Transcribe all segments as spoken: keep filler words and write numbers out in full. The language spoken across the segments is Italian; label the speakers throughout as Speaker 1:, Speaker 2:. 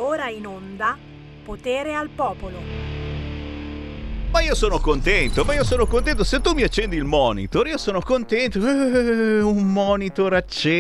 Speaker 1: Va ora in onda Potere al Popolo.
Speaker 2: Ma io sono contento, ma io sono contento. Se tu mi accendi il monitor, io sono contento. Eh, un monitor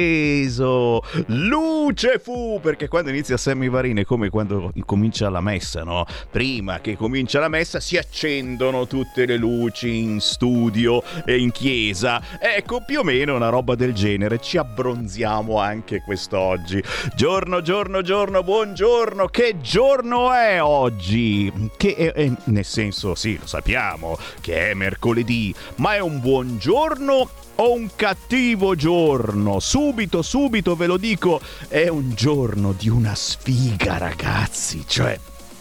Speaker 2: acceso. Luce fu, perché quando inizia Sammy Varin è come quando comincia la messa, no? Prima che comincia la messa si accendono tutte le luci in studio e in chiesa. Ecco, più o meno una roba del genere. Ci abbronziamo anche quest'oggi. Giorno, giorno, giorno, buongiorno. Che giorno è oggi? Che è, è nel senso, sì, lo sappiamo che è mercoledì, ma è un buon giorno o un cattivo giorno? Subito, subito ve lo dico, è un giorno di una sfiga, ragazzi, cioè...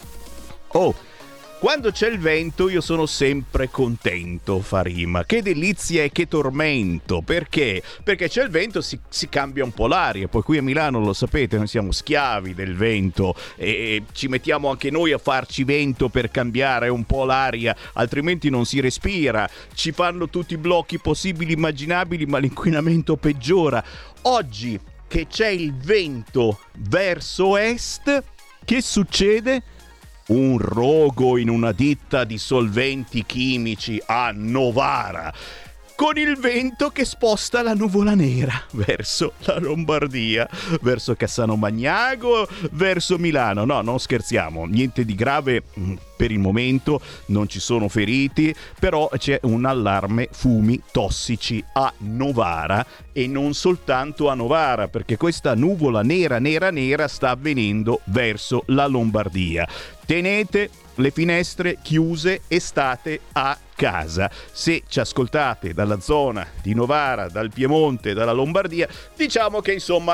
Speaker 2: Oh... Quando c'è il vento io sono sempre contento, fa rima. Che delizia e che tormento. Perché? Perché c'è il vento, si, si cambia un po' l'aria. Poi qui a Milano, lo sapete, noi siamo schiavi del vento e ci mettiamo anche noi a farci vento per cambiare un po' l'aria, altrimenti non si respira. Ci fanno tutti i blocchi possibili, immaginabili, ma l'inquinamento peggiora. Oggi che c'è il vento verso est, che succede? Un rogo in una ditta di solventi chimici a Novara, con il vento che sposta la nuvola nera verso la Lombardia, verso Cassano Magnago, verso Milano. No, non scherziamo, niente di grave per il momento, non ci sono feriti, però c'è un allarme fumi tossici a Novara e non soltanto a Novara, perché questa nuvola nera, nera, nera sta avvenendo verso la Lombardia. Tenete le finestre chiuse e state a casa. Se ci ascoltate dalla zona di Novara, dal Piemonte, dalla Lombardia, diciamo che insomma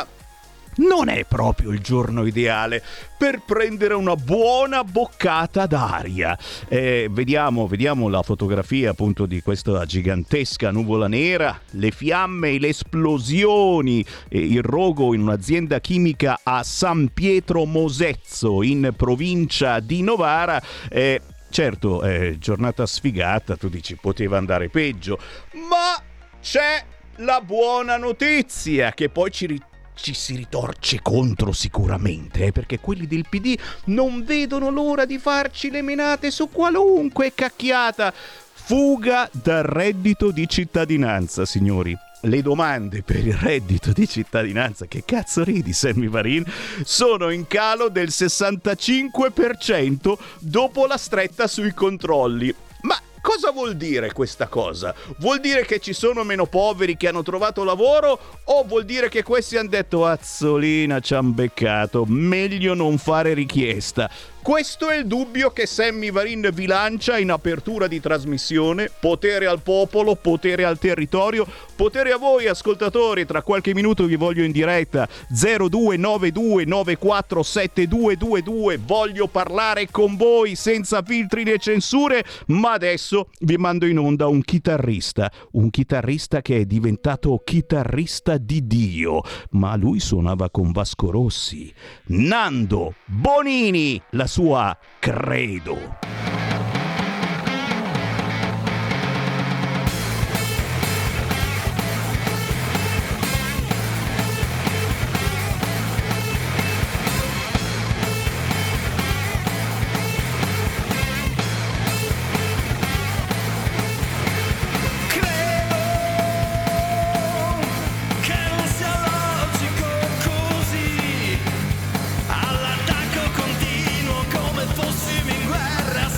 Speaker 2: non è proprio il giorno ideale per prendere una buona boccata d'aria. Eh, vediamo, vediamo la fotografia appunto di questa gigantesca nuvola nera, le fiamme e le esplosioni, eh, il rogo in un'azienda chimica a San Pietro Mosezzo in provincia di Novara. Eh, certo, eh, giornata sfigata, tu dici poteva andare peggio, ma c'è la buona notizia che poi ci ritorna. Ci si ritorce contro sicuramente, eh, perché quelli del P D non vedono l'ora di farci le menate su qualunque cacchiata. Fuga dal reddito di cittadinanza, signori. Le domande per il reddito di cittadinanza, che cazzo ridi Sammy Varin, sono in calo del sessantacinque per cento dopo la stretta sui controlli. Ma cosa vuol dire questa cosa? Vuol dire che ci sono meno poveri che hanno trovato lavoro o vuol dire che questi hanno detto azzolina ci han beccato, meglio non fare richiesta? Questo è il dubbio che Sammy Varin vi lancia in apertura di trasmissione. Potere al popolo, potere al territorio, potere a voi ascoltatori. Tra qualche minuto vi voglio in diretta zero due nove due nove quattro sette due due due. Voglio parlare con voi senza filtri né censure, ma adesso vi mando in onda un chitarrista, un chitarrista che è diventato chitarrista di Dio, ma lui suonava con Vasco Rossi. Nando Bonini, la sua Credo.
Speaker 3: All'attacco continuo come fossimo in guerra.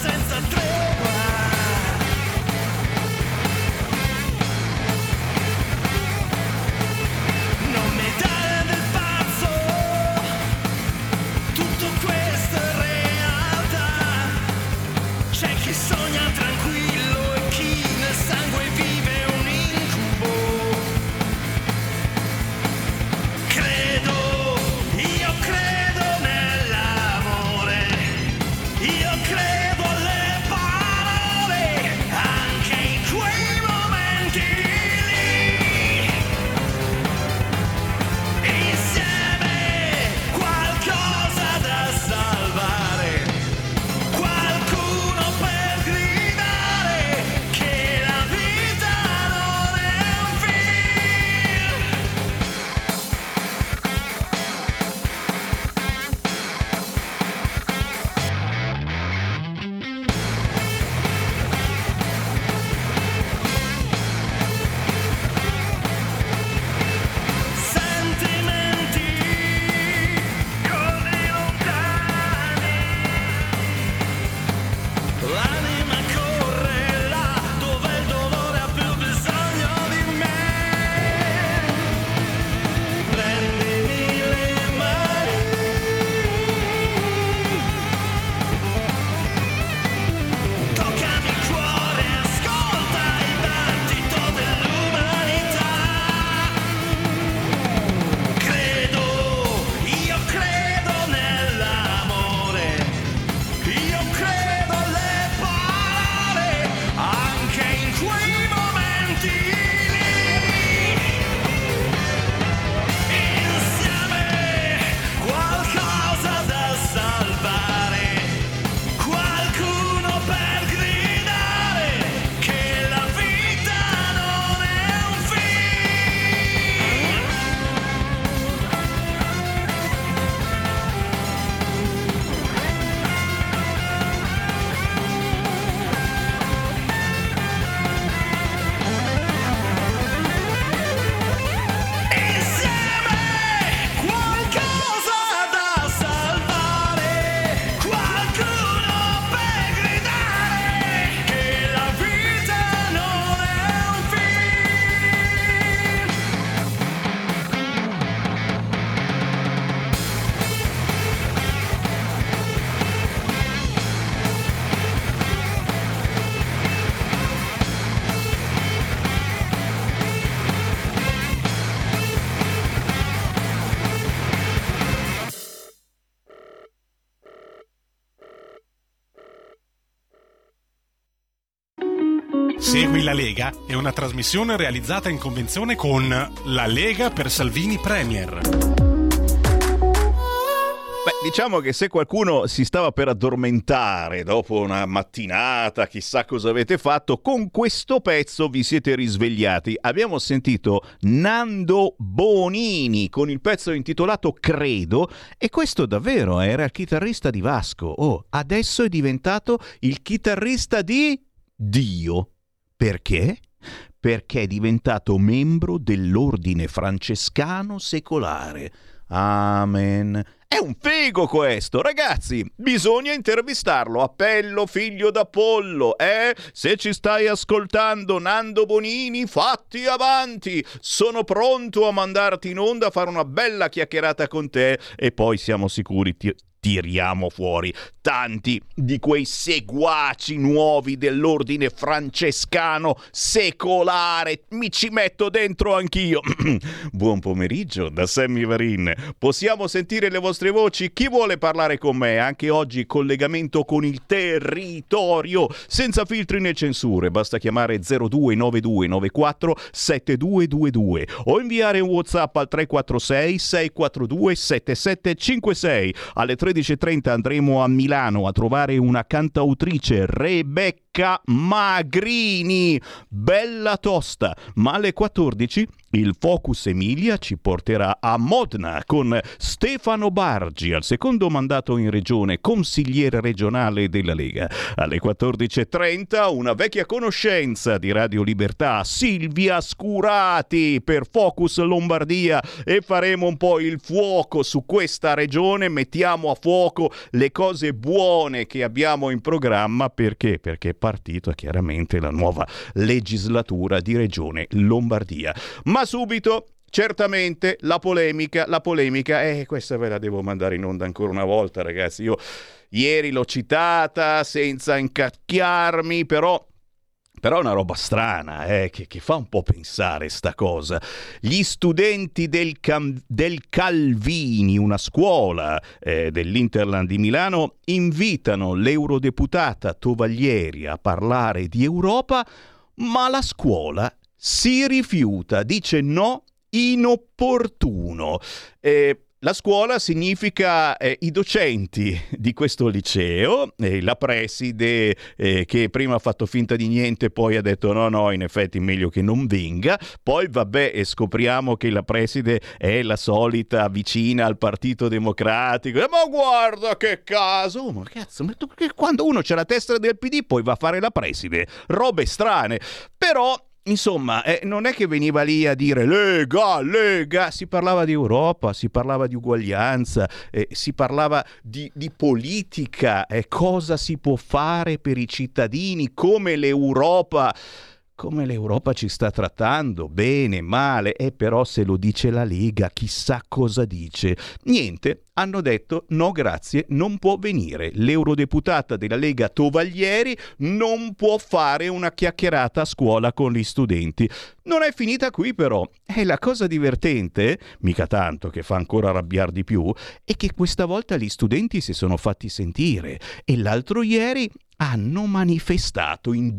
Speaker 3: Segui la Lega è una trasmissione realizzata in convenzione con La Lega per Salvini Premier.
Speaker 2: Beh, diciamo che se qualcuno si stava per addormentare dopo una mattinata, chissà cosa avete fatto, con questo pezzo vi siete risvegliati. Abbiamo sentito Nando Bonini con il pezzo intitolato Credo, e questo davvero era il chitarrista di Vasco. Oh, adesso è diventato il chitarrista di Dio. Perché? Perché è diventato membro dell'ordine francescano secolare. Amen. È un figo questo, ragazzi, bisogna intervistarlo. Appello figlio d'Apollo, eh? Se ci stai ascoltando, Nando Bonini, fatti avanti. Sono pronto a mandarti in onda a fare una bella chiacchierata con te, e poi siamo sicuri ti tiriamo fuori tanti di quei seguaci nuovi dell'ordine francescano secolare. Mi ci metto dentro anch'io. Buon pomeriggio da Sammy Varin. Possiamo sentire le vostre voci? Chi vuole parlare con me? Anche oggi collegamento con il territorio, senza filtri né censure. Basta chiamare zero due nove due nove quattro sette due due due o inviare un WhatsApp al tre quattro sei sei quattro due sette sette cinque sei. Alle tredici e trenta andremo a Milano a trovare una cantautrice, Rebecca Magrini, bella tosta, ma alle quattordici il Focus Emilia ci porterà a Modena con Stefano Bargi, al secondo mandato in regione, consigliere regionale della Lega. Alle quattordici e trenta una vecchia conoscenza di Radio Libertà, Silvia Scurati, per Focus Lombardia, e faremo un po' il fuoco su questa regione, mettiamo a fuoco le cose buone che abbiamo in programma. Perché? Perché è partita chiaramente la nuova legislatura di Regione Lombardia. Ma subito, certamente, la polemica, la polemica, e eh, questa ve la devo mandare in onda ancora una volta, ragazzi. Io ieri l'ho citata senza incacchiarmi, però... Però è una roba strana, eh, che, che fa un po' pensare sta cosa. Gli studenti del, Cam- del Calvini, una scuola eh, dell'Interland di Milano, invitano l'eurodeputata Tovaglieri a parlare di Europa, ma la scuola si rifiuta, dice no, inopportuno. Eh, La scuola significa eh, i docenti di questo liceo, eh, la preside eh, che prima ha fatto finta di niente, poi ha detto no no, in effetti meglio che non venga, poi vabbè, e scopriamo che la preside è la solita vicina al Partito Democratico. Eh, ma guarda che caso, oh, ma cazzo, ma tu, che quando uno c'è la testa del P D poi va a fare la preside, robe strane. Però insomma, eh, non è che veniva lì a dire Lega, Lega, si parlava di Europa, si parlava di uguaglianza, eh, si parlava di, di politica, eh, cosa si può fare per i cittadini, come l'Europa... come l'Europa ci sta trattando, bene, male, e però se lo dice la Lega, chissà cosa dice. Niente, hanno detto no grazie, non può venire. L'eurodeputata della Lega Tovaglieri non può fare una chiacchierata a scuola con gli studenti. Non è finita qui però, e la cosa divertente, mica tanto che fa ancora arrabbiare di più, è che questa volta gli studenti si sono fatti sentire, e l'altro ieri hanno manifestato in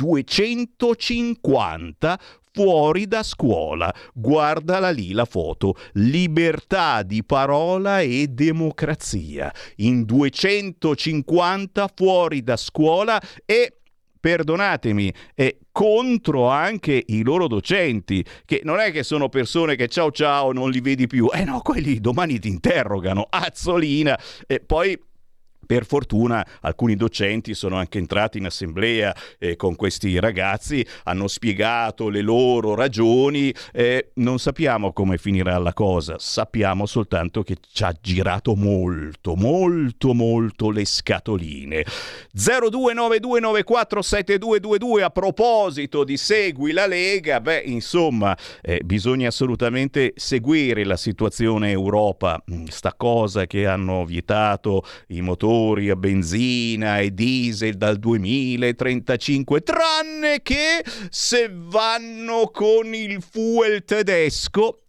Speaker 2: duecentocinquanta fuori da scuola. Guardala lì la foto. Libertà di parola e democrazia. In duecentocinquanta fuori da scuola e... perdonatemi, è contro anche i loro docenti, che non è che sono persone che ciao ciao non li vedi più, eh no, quelli domani ti interrogano, azzolina, e poi... Per fortuna alcuni docenti sono anche entrati in assemblea eh, con questi ragazzi, hanno spiegato le loro ragioni, eh, non sappiamo come finirà la cosa, sappiamo soltanto che ci ha girato molto, molto, molto le scatoline. zero due nove due nove quattro sette due due due, a proposito di Segui la Lega, beh insomma eh, bisogna assolutamente seguire la situazione Europa, sta cosa che hanno vietato i motori a benzina e diesel dal duemilatrentacinque, tranne che se vanno con il fuel tedesco,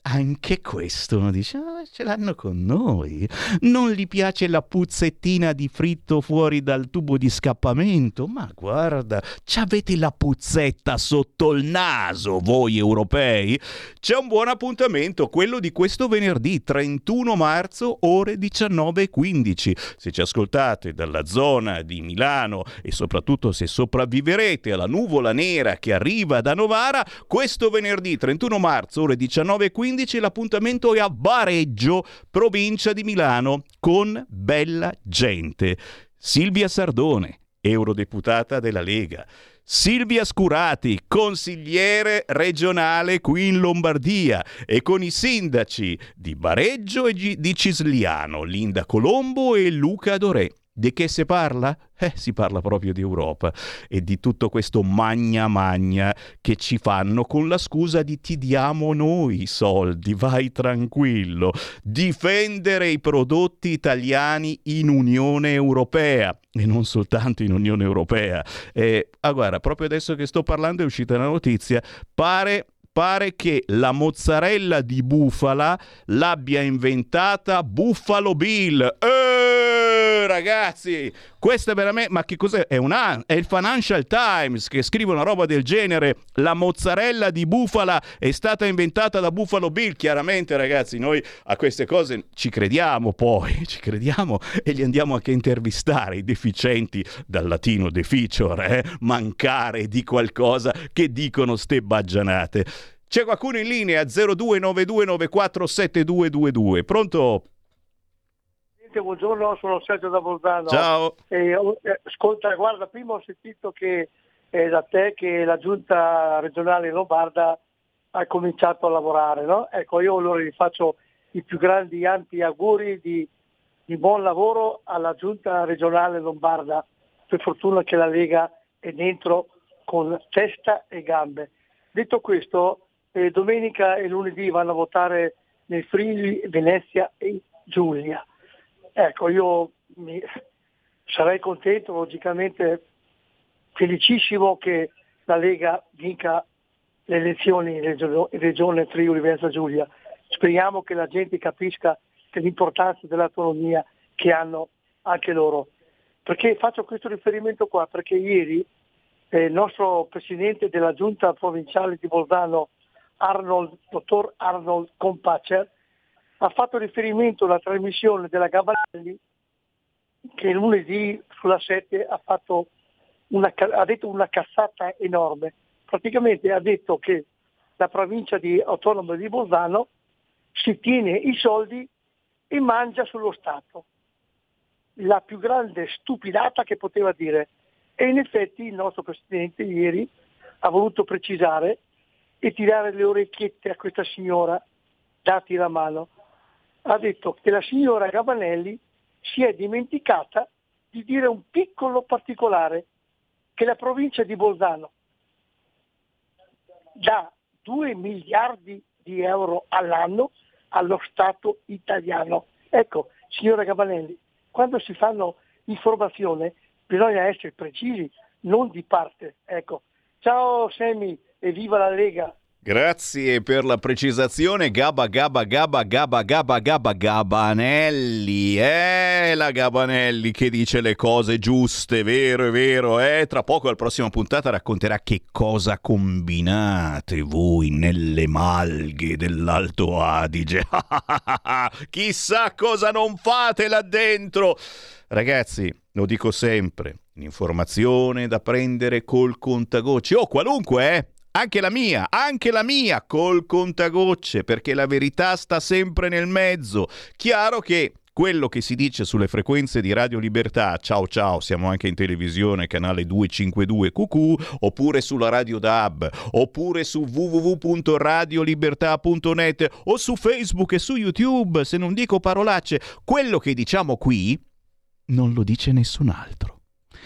Speaker 2: anche questo, uno dice, ah, ce l'hanno con noi. Non gli piace la puzzettina di fritto fuori dal tubo di scappamento? Ma guarda, c'avete la puzzetta sotto il naso, voi europei? C'è un buon appuntamento, quello di questo venerdì trentuno marzo, ore diciannove e quindici. Se ci ascoltate dalla zona di Milano e soprattutto se sopravviverete alla nuvola nera che arriva da Novara, questo venerdì trentuno marzo, ore diciannove e quindici, l'appuntamento è a Bareggio, provincia di Milano, con bella gente. Silvia Sardone, eurodeputata della Lega. Silvia Scurati, consigliere regionale qui in Lombardia, e con i sindaci di Bareggio e di Cisliano, Linda Colombo e Luca Dorè. Di che si parla? Eh, si parla proprio di Europa e di tutto questo magna magna che ci fanno con la scusa di ti diamo noi i soldi, vai tranquillo. Difendere i prodotti italiani in Unione Europea e non soltanto in Unione Europea. Eh, ah, guarda, proprio adesso che sto parlando è uscita la notizia, pare... Pare che la mozzarella di bufala l'abbia inventata Buffalo Bill. Eh, ragazzi, questa è veramente... Ma che cos'è? È, una... è il Financial Times che scrive una roba del genere. La mozzarella di bufala è stata inventata da Buffalo Bill. Chiaramente, ragazzi, noi a queste cose ci crediamo poi, ci crediamo e li andiamo anche a intervistare, i deficienti, dal latino deficior, eh? mancare di qualcosa, che dicono ste baggianate. C'è qualcuno in linea? zero due nove due nove quattro sette due due due. Pronto?
Speaker 4: Buongiorno, sono Sergio da Bolzano.
Speaker 2: Ciao.
Speaker 4: Eh, ascolta, guarda, prima ho sentito che eh, da te che la giunta regionale lombarda ha cominciato a lavorare, no? Ecco, io allora gli faccio i più grandi ampi auguri di, di buon lavoro alla giunta regionale lombarda. Per fortuna che la Lega è dentro con testa e gambe. Detto questo, eh, domenica e lunedì vanno a votare nel Friuli, Venezia e Giulia. Ecco, io mi sarei contento, logicamente felicissimo che la Lega vinca le elezioni in regione, in regione Friuli, Venezia Giulia. Speriamo che la gente capisca che l'importanza dell'autonomia che hanno anche loro. Perché faccio questo riferimento qua? Perché ieri eh, il nostro presidente della giunta provinciale di Bolzano, Arnold, dottor Arnold Compacer, ha fatto riferimento alla trasmissione della Gabanelli che lunedì sulla sette ha, fatto una, ha detto una cazzata enorme. Praticamente ha detto che la provincia di autonoma di Bolzano si tiene i soldi e mangia sullo Stato. La più grande stupidata che poteva dire. E in effetti il nostro Presidente ieri ha voluto precisare e tirare le orecchiette a questa signora, dati la mano. Ha detto che la signora Gabanelli si è dimenticata di dire un piccolo particolare, che la provincia di Bolzano dà due miliardi di euro all'anno allo Stato italiano. Ecco, signora Gabanelli, quando si fanno informazione bisogna essere precisi, non di parte. Ecco. Ciao Semi e viva la Lega!
Speaker 2: Grazie per la precisazione. Gabba Gabba Gabba Gabba Gabba Gabba Gabanelli, eh, la Gabanelli che dice le cose giuste, vero è vero, eh. Tra poco alla prossima puntata racconterà che cosa combinate voi nelle malghe dell'Alto Adige. Chissà cosa non fate là dentro. Ragazzi, lo dico sempre, l'informazione da prendere col contagocce, o qualunque, eh. Anche la mia, anche la mia col contagocce, perché la verità sta sempre nel mezzo. Chiaro che quello che si dice sulle frequenze di Radio Libertà, ciao ciao, siamo anche in televisione, canale duecentocinquantadue Q Q, oppure sulla Radio D A B, oppure su w w w punto radio libertà punto net, o su Facebook e su YouTube, se non dico parolacce, quello che diciamo qui non lo dice nessun altro.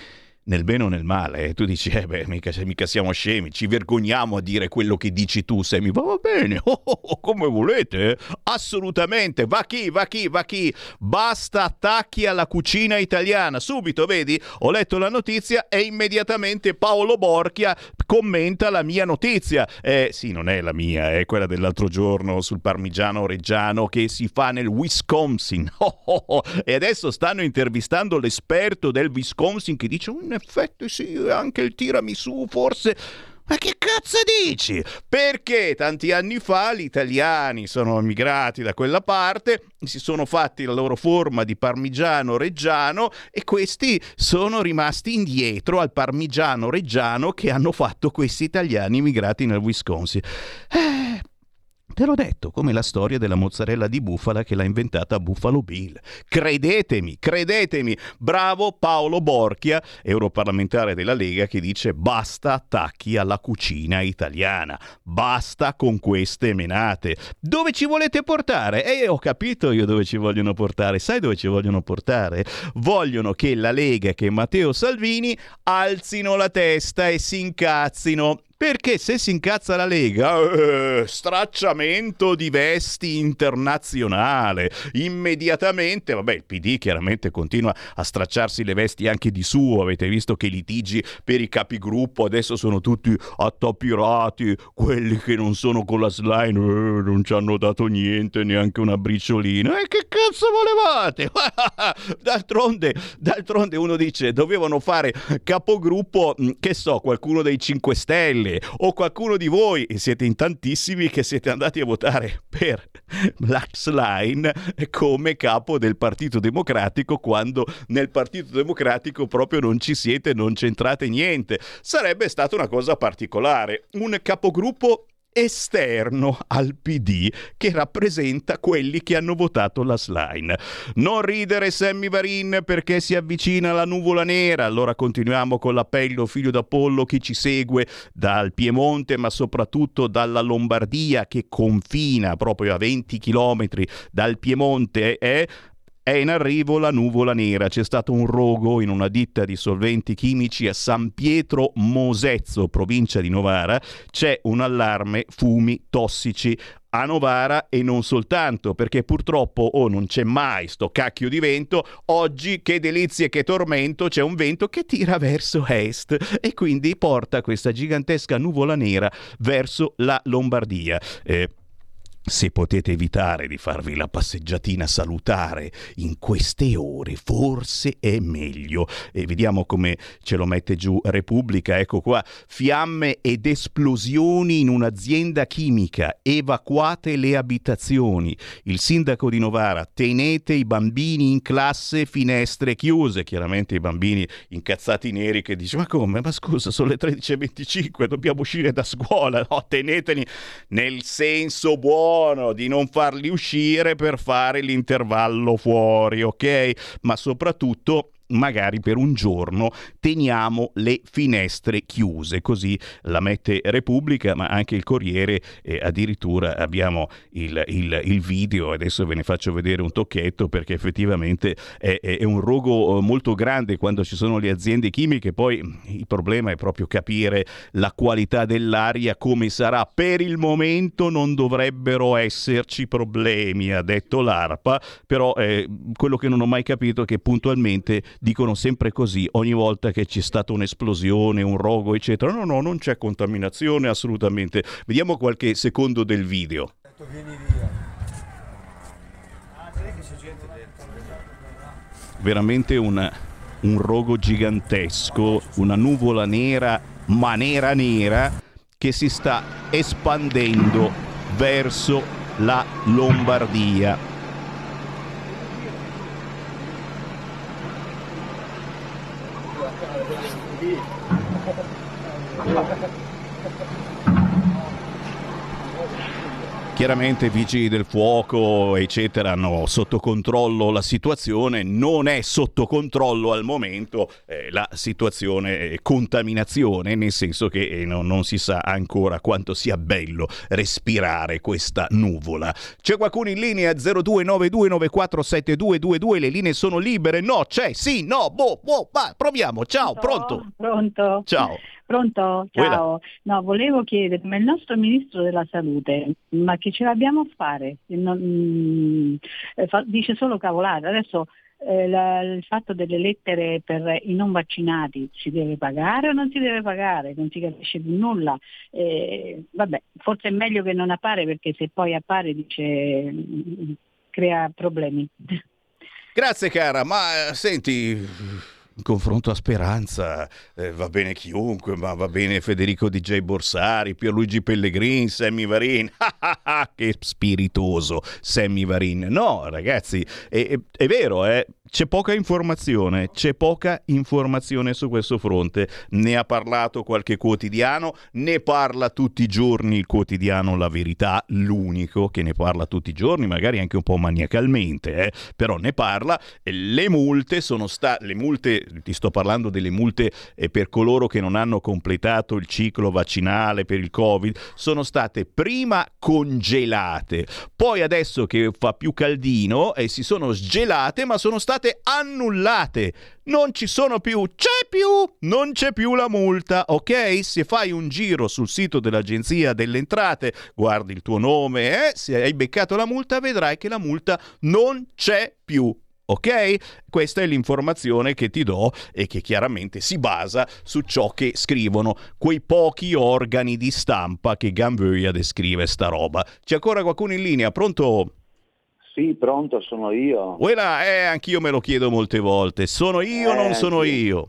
Speaker 2: nel bene o nel male. Tu dici, eh beh, mica, mica siamo scemi, ci vergogniamo a dire quello che dici tu, Sammy. Va, va bene, oh, oh, oh, come volete, assolutamente, va chi, va chi, va chi, basta attacchi alla cucina italiana, subito, vedi, ho letto la notizia e immediatamente Paolo Borchia commenta la mia notizia. Eh sì, non è la mia, è quella dell'altro giorno sul parmigiano reggiano che si fa nel Wisconsin. Oh, oh, oh. E adesso stanno intervistando l'esperto del Wisconsin che dice, in effetti sì, anche il tiramisù forse... Ma che cazzo dici? Perché tanti anni fa gli italiani sono migrati da quella parte, si sono fatti la loro forma di parmigiano reggiano e questi sono rimasti indietro al parmigiano reggiano che hanno fatto questi italiani migrati nel Wisconsin. Eh... Te l'ho detto, come la storia della mozzarella di bufala che l'ha inventata Buffalo Bill. Credetemi, credetemi. Bravo Paolo Borchia, europarlamentare della Lega, che dice basta attacchi alla cucina italiana. Basta con queste menate. Dove ci volete portare? E eh, ho capito io dove ci vogliono portare. Sai dove ci vogliono portare? Vogliono che la Lega, che Matteo Salvini, alzino la testa e si incazzino. Perché se si incazza la Lega, eh, stracciamento di vesti internazionale, immediatamente, vabbè, il P D chiaramente continua a stracciarsi le vesti anche di suo, avete visto che i litigi per i capigruppo adesso sono tutti attapirati, quelli che non sono con la slime, eh, non ci hanno dato niente, neanche una briciolina, e che cazzo volevate? d'altronde, d'altronde uno dice, dovevano fare capogruppo, che so, qualcuno dei cinque Stelle, o qualcuno di voi, e siete in tantissimi che siete andati a votare per Black Slime come capo del Partito Democratico, quando nel Partito Democratico proprio non ci siete, non c'entrate niente. Sarebbe stata una cosa particolare, un capogruppo esterno al P D che rappresenta quelli che hanno votato la slime. Non ridere, Sammy Varin, perché si avvicina la nuvola nera. Allora continuiamo con l'appello, figlio d'Apollo, chi ci segue dal Piemonte ma soprattutto dalla Lombardia, che confina proprio a venti chilometri dal Piemonte, è È in arrivo la nuvola nera. C'è stato un rogo in una ditta di solventi chimici a San Pietro Mosezzo, provincia di Novara. C'è un allarme fumi tossici a Novara, e non soltanto, perché purtroppo oh, non c'è mai sto cacchio di vento. Oggi, che delizie, che tormento, c'è un vento che tira verso est e quindi porta questa gigantesca nuvola nera verso la Lombardia. Eh, Se potete evitare di farvi la passeggiatina salutare in queste ore, forse è meglio. E vediamo come ce lo mette giù Repubblica. Ecco qua: fiamme ed esplosioni in un'azienda chimica, evacuate le abitazioni. Il sindaco di Novara: tenete i bambini in classe, finestre chiuse. Chiaramente i bambini incazzati neri che dice: ma come? Ma scusa, sono le tredici e venticinque, dobbiamo uscire da scuola. No, teneteli nel senso buono di non farli uscire per fare l'intervallo fuori, ok? Ma soprattutto, magari per un giorno teniamo le finestre chiuse. Così la mette Repubblica, ma anche il Corriere. E addirittura abbiamo il, il, il video, adesso ve ne faccio vedere un tocchetto, perché effettivamente è, è un rogo molto grande quando ci sono le aziende chimiche. Poi il problema è proprio capire la qualità dell'aria come sarà. Per il momento non dovrebbero esserci problemi, ha detto l'ARPA, però eh, quello che non ho mai capito è che puntualmente dicono sempre così ogni volta che c'è stata un'esplosione, un rogo, eccetera. No, no, non c'è contaminazione assolutamente. Vediamo qualche secondo del video.
Speaker 5: Vieni via.
Speaker 2: Veramente un, un rogo gigantesco, una nuvola nera, ma nera nera, che si sta espandendo verso la Lombardia. Chiaramente vigili del fuoco, eccetera, hanno sotto controllo la situazione. Non è sotto controllo al momento eh, la situazione eh, contaminazione, nel senso che eh, no, non si sa ancora quanto sia bello respirare questa nuvola. C'è qualcuno in linea? zero due nove due nove quattro sette due due due, le linee sono libere? No, c'è, sì, no, boh, boh, va, proviamo. Ciao, pronto?
Speaker 5: Pronto?
Speaker 2: Ciao.
Speaker 5: Pronto? Ciao. No, volevo chiedere, ma il nostro Ministro della Salute, ma che ce l'abbiamo a fare? Non, mm, fa, dice solo cavolate. Adesso eh, la, il fatto delle lettere per i non vaccinati si deve pagare o non si deve pagare? Non si capisce più nulla. Eh, vabbè, forse è meglio che non appare, perché se poi appare dice mm, crea problemi.
Speaker 2: Grazie cara, ma eh, senti... In confronto a Speranza eh, va bene chiunque, ma va bene Federico D J Borsari, Pierluigi Pellegrin, Sammy Varin. Che spiritoso Sammy Varin. No, ragazzi, è, è, è vero, eh, c'è poca informazione, c'è poca informazione su questo fronte. Ne ha parlato qualche quotidiano, ne parla tutti i giorni il quotidiano La Verità, l'unico che ne parla tutti i giorni, magari anche un po' maniacalmente, eh, però ne parla. Le multe sono state, le multe ti sto parlando delle multe eh, per coloro che non hanno completato il ciclo vaccinale per il Covid, sono state prima congelate, poi adesso che fa più caldino eh, si sono sgelate, ma sono state annullate. Non ci sono più, c'è più, non c'è più la multa, ok? Se fai un giro sul sito dell'Agenzia delle Entrate, guardi il tuo nome, eh, se hai beccato la multa vedrai che la multa non c'è più. Ok? Questa è l'informazione che ti do e che chiaramente si basa su ciò che scrivono quei pochi organi di stampa che Ganvöja descrive sta roba. C'è ancora qualcuno in linea? Pronto?
Speaker 6: Sì, pronto, sono io.
Speaker 2: Quella, eh, anch'io me lo chiedo molte volte. Sono io o
Speaker 6: eh,
Speaker 2: non sono
Speaker 6: anch'io.
Speaker 2: io?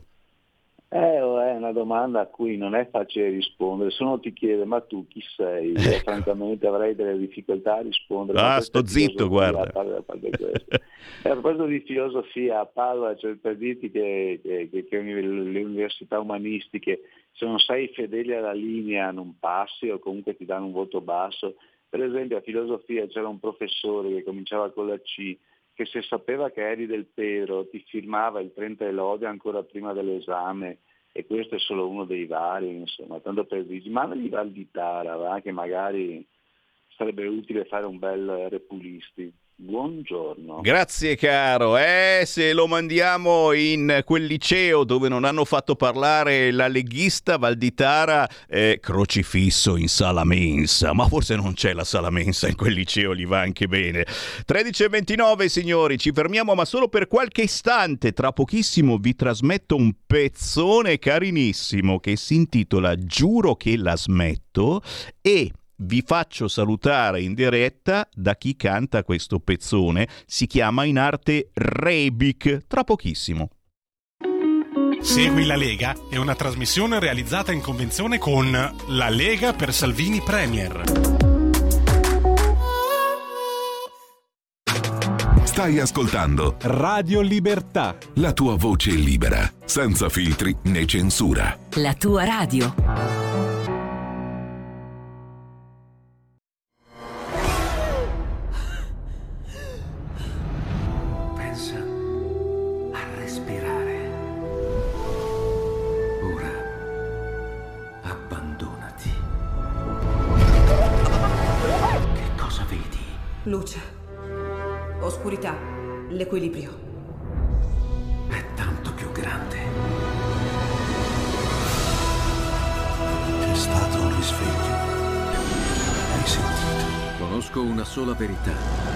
Speaker 6: Eh, è una domanda a cui non è facile rispondere. Se uno ti chiede, ma tu chi sei? Io francamente avrei delle difficoltà a rispondere.
Speaker 2: Ah, sto zitto, guarda.
Speaker 6: A, parte, a, parte questo. A proposito di filosofia, a Padova, cioè, per dirti che, che, che, che le università umanistiche, se non sei fedele alla linea non passi, o comunque ti danno un voto basso. Per esempio a filosofia c'era un professore che cominciava con la C, che se sapeva che eri del Pero ti firmava il trenta e lode ancora prima dell'esame, e questo è solo uno dei vari, insomma, tanto per dirgli, mandagli Valditara, va, che magari sarebbe utile fare un bel Repulisti. Buongiorno.
Speaker 2: Grazie caro, eh, se lo mandiamo in quel liceo dove non hanno fatto parlare la leghista Valditara, eh, crocifisso in sala mensa, ma forse non c'è la sala mensa in quel liceo, gli va anche bene. tredici e ventinove signori, ci fermiamo ma solo per qualche istante, tra pochissimo vi trasmetto un pezzone carinissimo che si intitola Giuro che la smetto, e vi faccio salutare in diretta da chi canta questo pezzone. Si chiama in arte Rebic. Tra pochissimo.
Speaker 3: Segui la Lega è una trasmissione realizzata in convenzione con La Lega per Salvini Premier.
Speaker 7: Stai ascoltando
Speaker 8: Radio Libertà,
Speaker 7: la tua voce libera, senza filtri né censura.
Speaker 9: La tua radio.
Speaker 10: Luce, oscurità, l'equilibrio.
Speaker 11: È tanto più grande.
Speaker 12: C'è stato un risveglio. Hai sentito?
Speaker 11: Conosco una sola verità.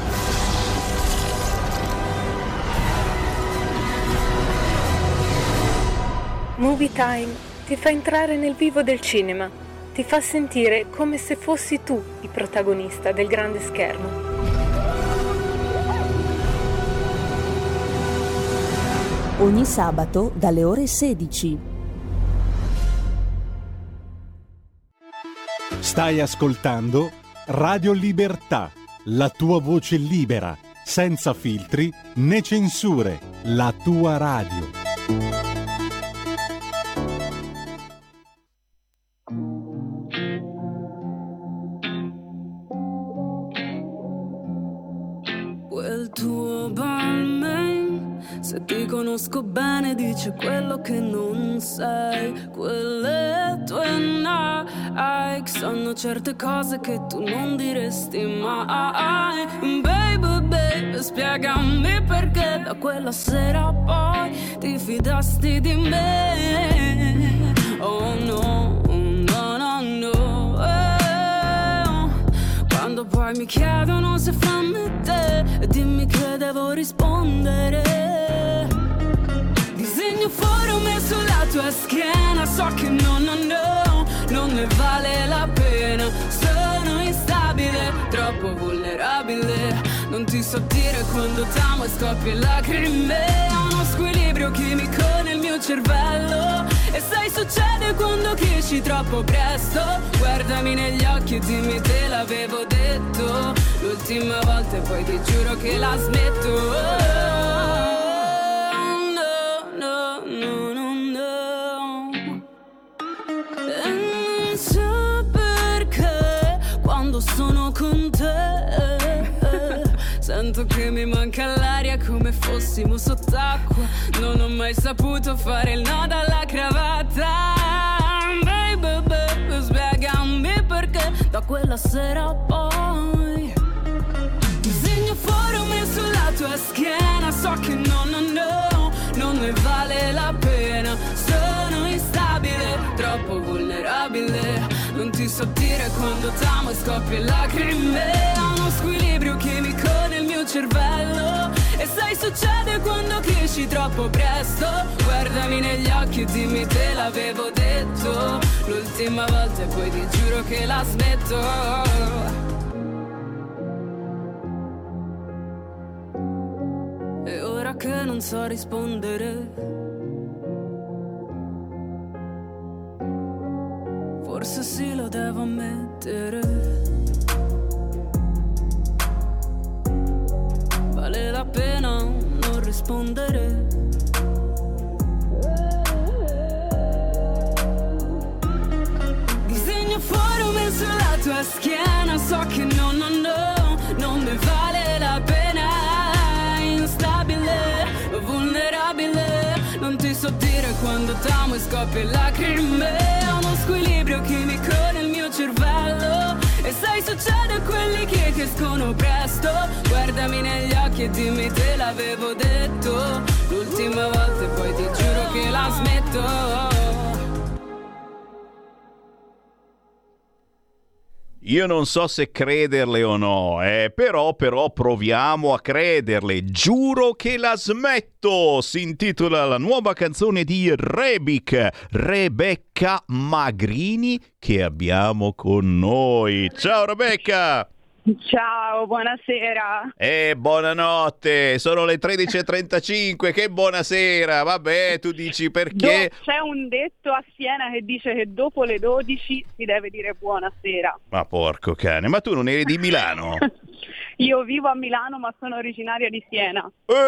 Speaker 13: Movie Time ti fa entrare nel vivo del cinema, ti fa sentire come se fossi tu il protagonista del grande schermo.
Speaker 14: Ogni sabato dalle ore sedici.
Speaker 8: Stai ascoltando Radio Libertà, la tua voce libera, senza filtri né censure, la tua radio.
Speaker 15: Se ti conosco bene dice quello che non sei. Quelle tue Nike sanno certe cose che tu non diresti mai. Baby, baby, spiegami perché da quella sera poi ti fidasti di me. Oh no, no, no, no, eh. Quando poi mi chiedono se fammi te, dimmi che devo rispondere. Disegno forume sulla tua schiena, so che no, no, no, non ne vale la pena. Sono instabile, troppo vulnerabile, non ti so dire quando t'amo e scoppia lacrime. Ho uno squilibrio chimico nel mio cervello e sai succede quando cresci troppo presto. Guardami negli occhi e dimmi te l'avevo detto l'ultima volta e poi ti giuro che la smetto. Oh, no, no, no, no, no. E non so perché quando sono con te sento che mi manca l'aria come fossimo sott'acqua. Non ho mai saputo fare il nodo alla cravatta. Baby, baby, spiegami perché da quella sera poi disegno forume sulla tua schiena. So che no, no, no, non ne vale la pena. Sono instabile, troppo vulnerabile, non ti so dire quando t'amo e scoppia lacrime. Ho uno squilibrio chimico nel mio cervello e sai succede quando cresci troppo presto. Guardami negli occhi e dimmi te l'avevo detto l'ultima volta e poi ti giuro che la smetto. E ora che non so rispondere, forse sì lo devo ammettere. Vale la pena non rispondere. Disegno forume sulla tua schiena. So che no, no, no, non ne vale la pena. Instabile, vulnerabile, non ti so dire quando t'amo e scoppia lacrime. Ho uno squilibrio chimico nel mio cervello e sai succede a quelli che crescono presto. Guardami negli occhi e dimmi te l'avevo detto l'ultima volta e poi ti giuro che la smetto.
Speaker 2: Io non so se crederle o no, eh, però, però proviamo a crederle. Giuro che la smetto, si intitola la nuova canzone di Rebic, Rebecca Magrini, che abbiamo con noi. Ciao Rebecca!
Speaker 16: Ciao, buonasera.
Speaker 2: E buonanotte, sono le tredici e trentacinque, che buonasera, vabbè, tu dici perché...
Speaker 16: Do- c'è un detto a Siena che dice che dopo le dodici si deve dire buonasera.
Speaker 2: Ma porco cane, ma tu non eri di Milano?
Speaker 16: Io vivo a Milano ma sono originaria di Siena.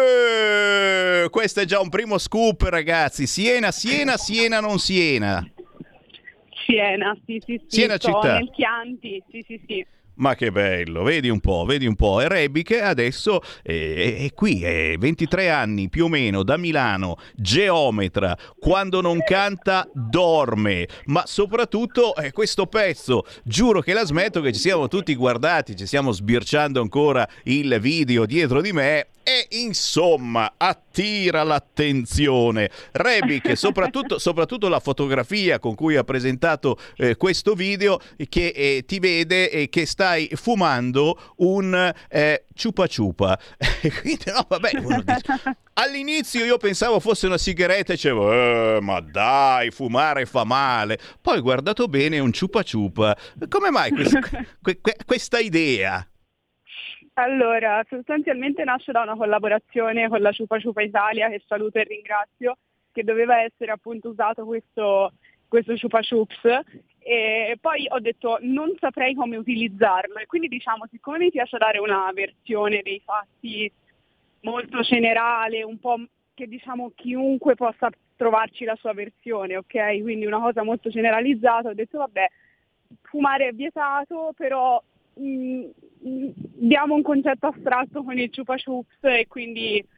Speaker 2: Eh, questo è già un primo scoop, ragazzi. Siena, Siena, Siena, non Siena.
Speaker 16: Siena, sì, sì, sì.
Speaker 2: Siena
Speaker 16: sto
Speaker 2: città.
Speaker 16: nel Chianti, sì, sì, sì.
Speaker 2: Ma che bello, vedi un po', vedi un po'. E Rebic adesso è, è qui, è ventitré anni più o meno, da Milano, geometra, quando non canta dorme, ma soprattutto è questo pezzo, giuro che la smetto, che ci siamo tutti guardati, ci stiamo sbirciando ancora il video dietro di me. E insomma attira l'attenzione Rebic, soprattutto, soprattutto la fotografia con cui ha presentato eh, questo video, che eh, ti vede e eh, che stai fumando un eh, ciupa ciupa. Quindi no, vabbè, uno dice, all'inizio io pensavo fosse una sigaretta e dicevo eh, ma dai, fumare fa male. Poi guardato bene, è un ciupa ciupa. Come mai questa, que, que, questa idea?
Speaker 16: Allora, sostanzialmente nasce da una collaborazione con la Ciupa Ciupa Italia, che saluto e ringrazio, che doveva essere appunto usato questo, questo Ciupa Chups, e poi ho detto non saprei come utilizzarlo e quindi diciamo, siccome mi piace dare una versione dei fatti molto generale, un po' che diciamo chiunque possa trovarci la sua versione, ok? Quindi una cosa molto generalizzata, ho detto vabbè, fumare è vietato, però mh, mh, diamo un concetto astratto con il Chupa Chups e quindi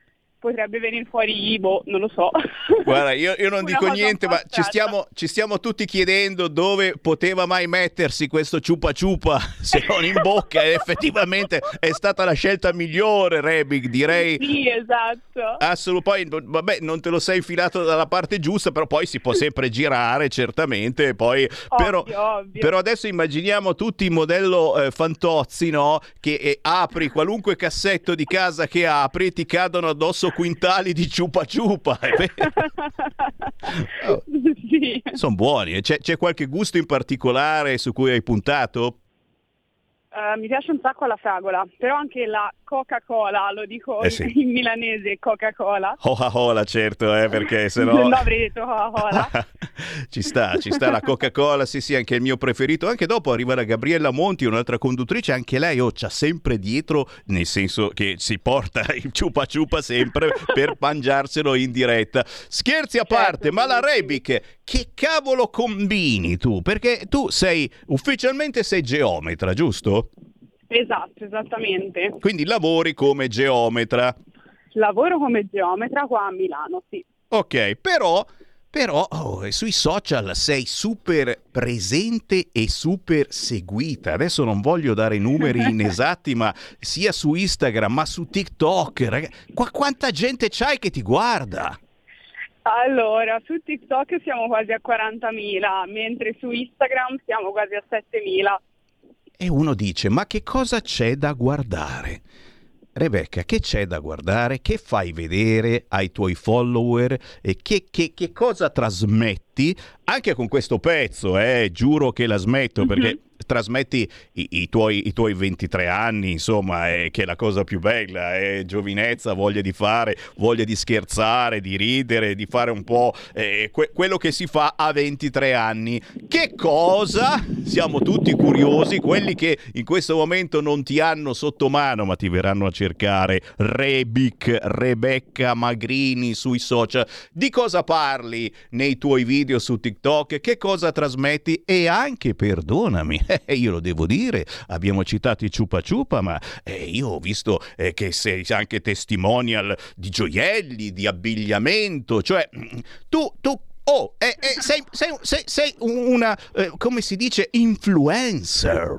Speaker 16: potrebbe venire fuori, boh, non lo so.
Speaker 2: Guarda, io, io non dico niente, ma ci stiamo, ci stiamo tutti chiedendo dove poteva mai mettersi questo ciupa ciupa se non in bocca, e effettivamente è stata la scelta migliore, Rebic, direi.
Speaker 16: Sì, esatto.
Speaker 2: Assolutamente. Poi, vabbè, non te lo sei infilato dalla parte giusta, però poi si può sempre girare, certamente. Poi,
Speaker 16: ovvio,
Speaker 2: però,
Speaker 16: ovvio.
Speaker 2: però adesso immaginiamo tutti in modello eh, Fantozzi, no? Che eh, apri qualunque cassetto di casa che apri, ti cadono addosso quintali di ciupa ciupa. Oh.
Speaker 16: Sì.
Speaker 2: Sono buoni. C'è, c'è qualche gusto in particolare su cui hai puntato?
Speaker 16: Uh, mi piace un sacco la fragola, però anche la Coca-Cola, lo dico
Speaker 2: eh sì.
Speaker 16: in milanese, Coca-Cola.
Speaker 2: Coca-Cola, certo, eh, perché sennò...
Speaker 16: No, avrei detto Coca-Cola.
Speaker 2: Ci sta, ci sta la Coca-Cola, sì sì, anche il mio preferito. Anche dopo arriva la Gabriella Monti, un'altra conduttrice, anche lei oh, c'ha sempre dietro, nel senso che si porta il ciupa ciupa sempre per mangiarselo in diretta. Scherzi a parte, certo, ma la Rebic, che cavolo combini tu? Perché tu sei, ufficialmente sei geometra, giusto?
Speaker 16: Esatto, esattamente.
Speaker 2: Quindi lavori come geometra.
Speaker 16: Lavoro come geometra qua a Milano, sì.
Speaker 2: Ok, però... Però oh, sui social sei super presente e super seguita. Adesso non voglio dare numeri inesatti, ma sia su Instagram, ma su TikTok. Ragazzi, qu- quanta gente c'hai che ti guarda?
Speaker 16: Allora, su TikTok siamo quasi a quarantamila, mentre su Instagram siamo quasi a settemila.
Speaker 2: E uno dice, ma che cosa c'è da guardare? Rebecca, che c'è da guardare? Che fai vedere ai tuoi follower? E che, che, che cosa trasmetti? Anche con questo pezzo, eh, giuro che la smetto, perché mm-hmm. trasmetti i, i, tuoi, i tuoi ventitré anni, insomma, è, che è la cosa più bella, è giovinezza, voglia di fare, voglia di scherzare, di ridere, di fare un po' eh, que- quello che si fa a ventitré anni. Che cosa? Siamo tutti curiosi, quelli che in questo momento non ti hanno sotto mano, ma ti verranno a cercare. Rebic, Rebecca Magrini sui social. Di cosa parli nei tuoi video su TikTok? Che cosa trasmetti? E anche, perdonami, eh, io lo devo dire, abbiamo citato i ciupa ciupa, ma eh, io ho visto eh, che sei anche testimonial di gioielli, di abbigliamento, cioè tu, tu oh, eh, eh, sei, sei, sei, sei una, eh, come si dice, influencer.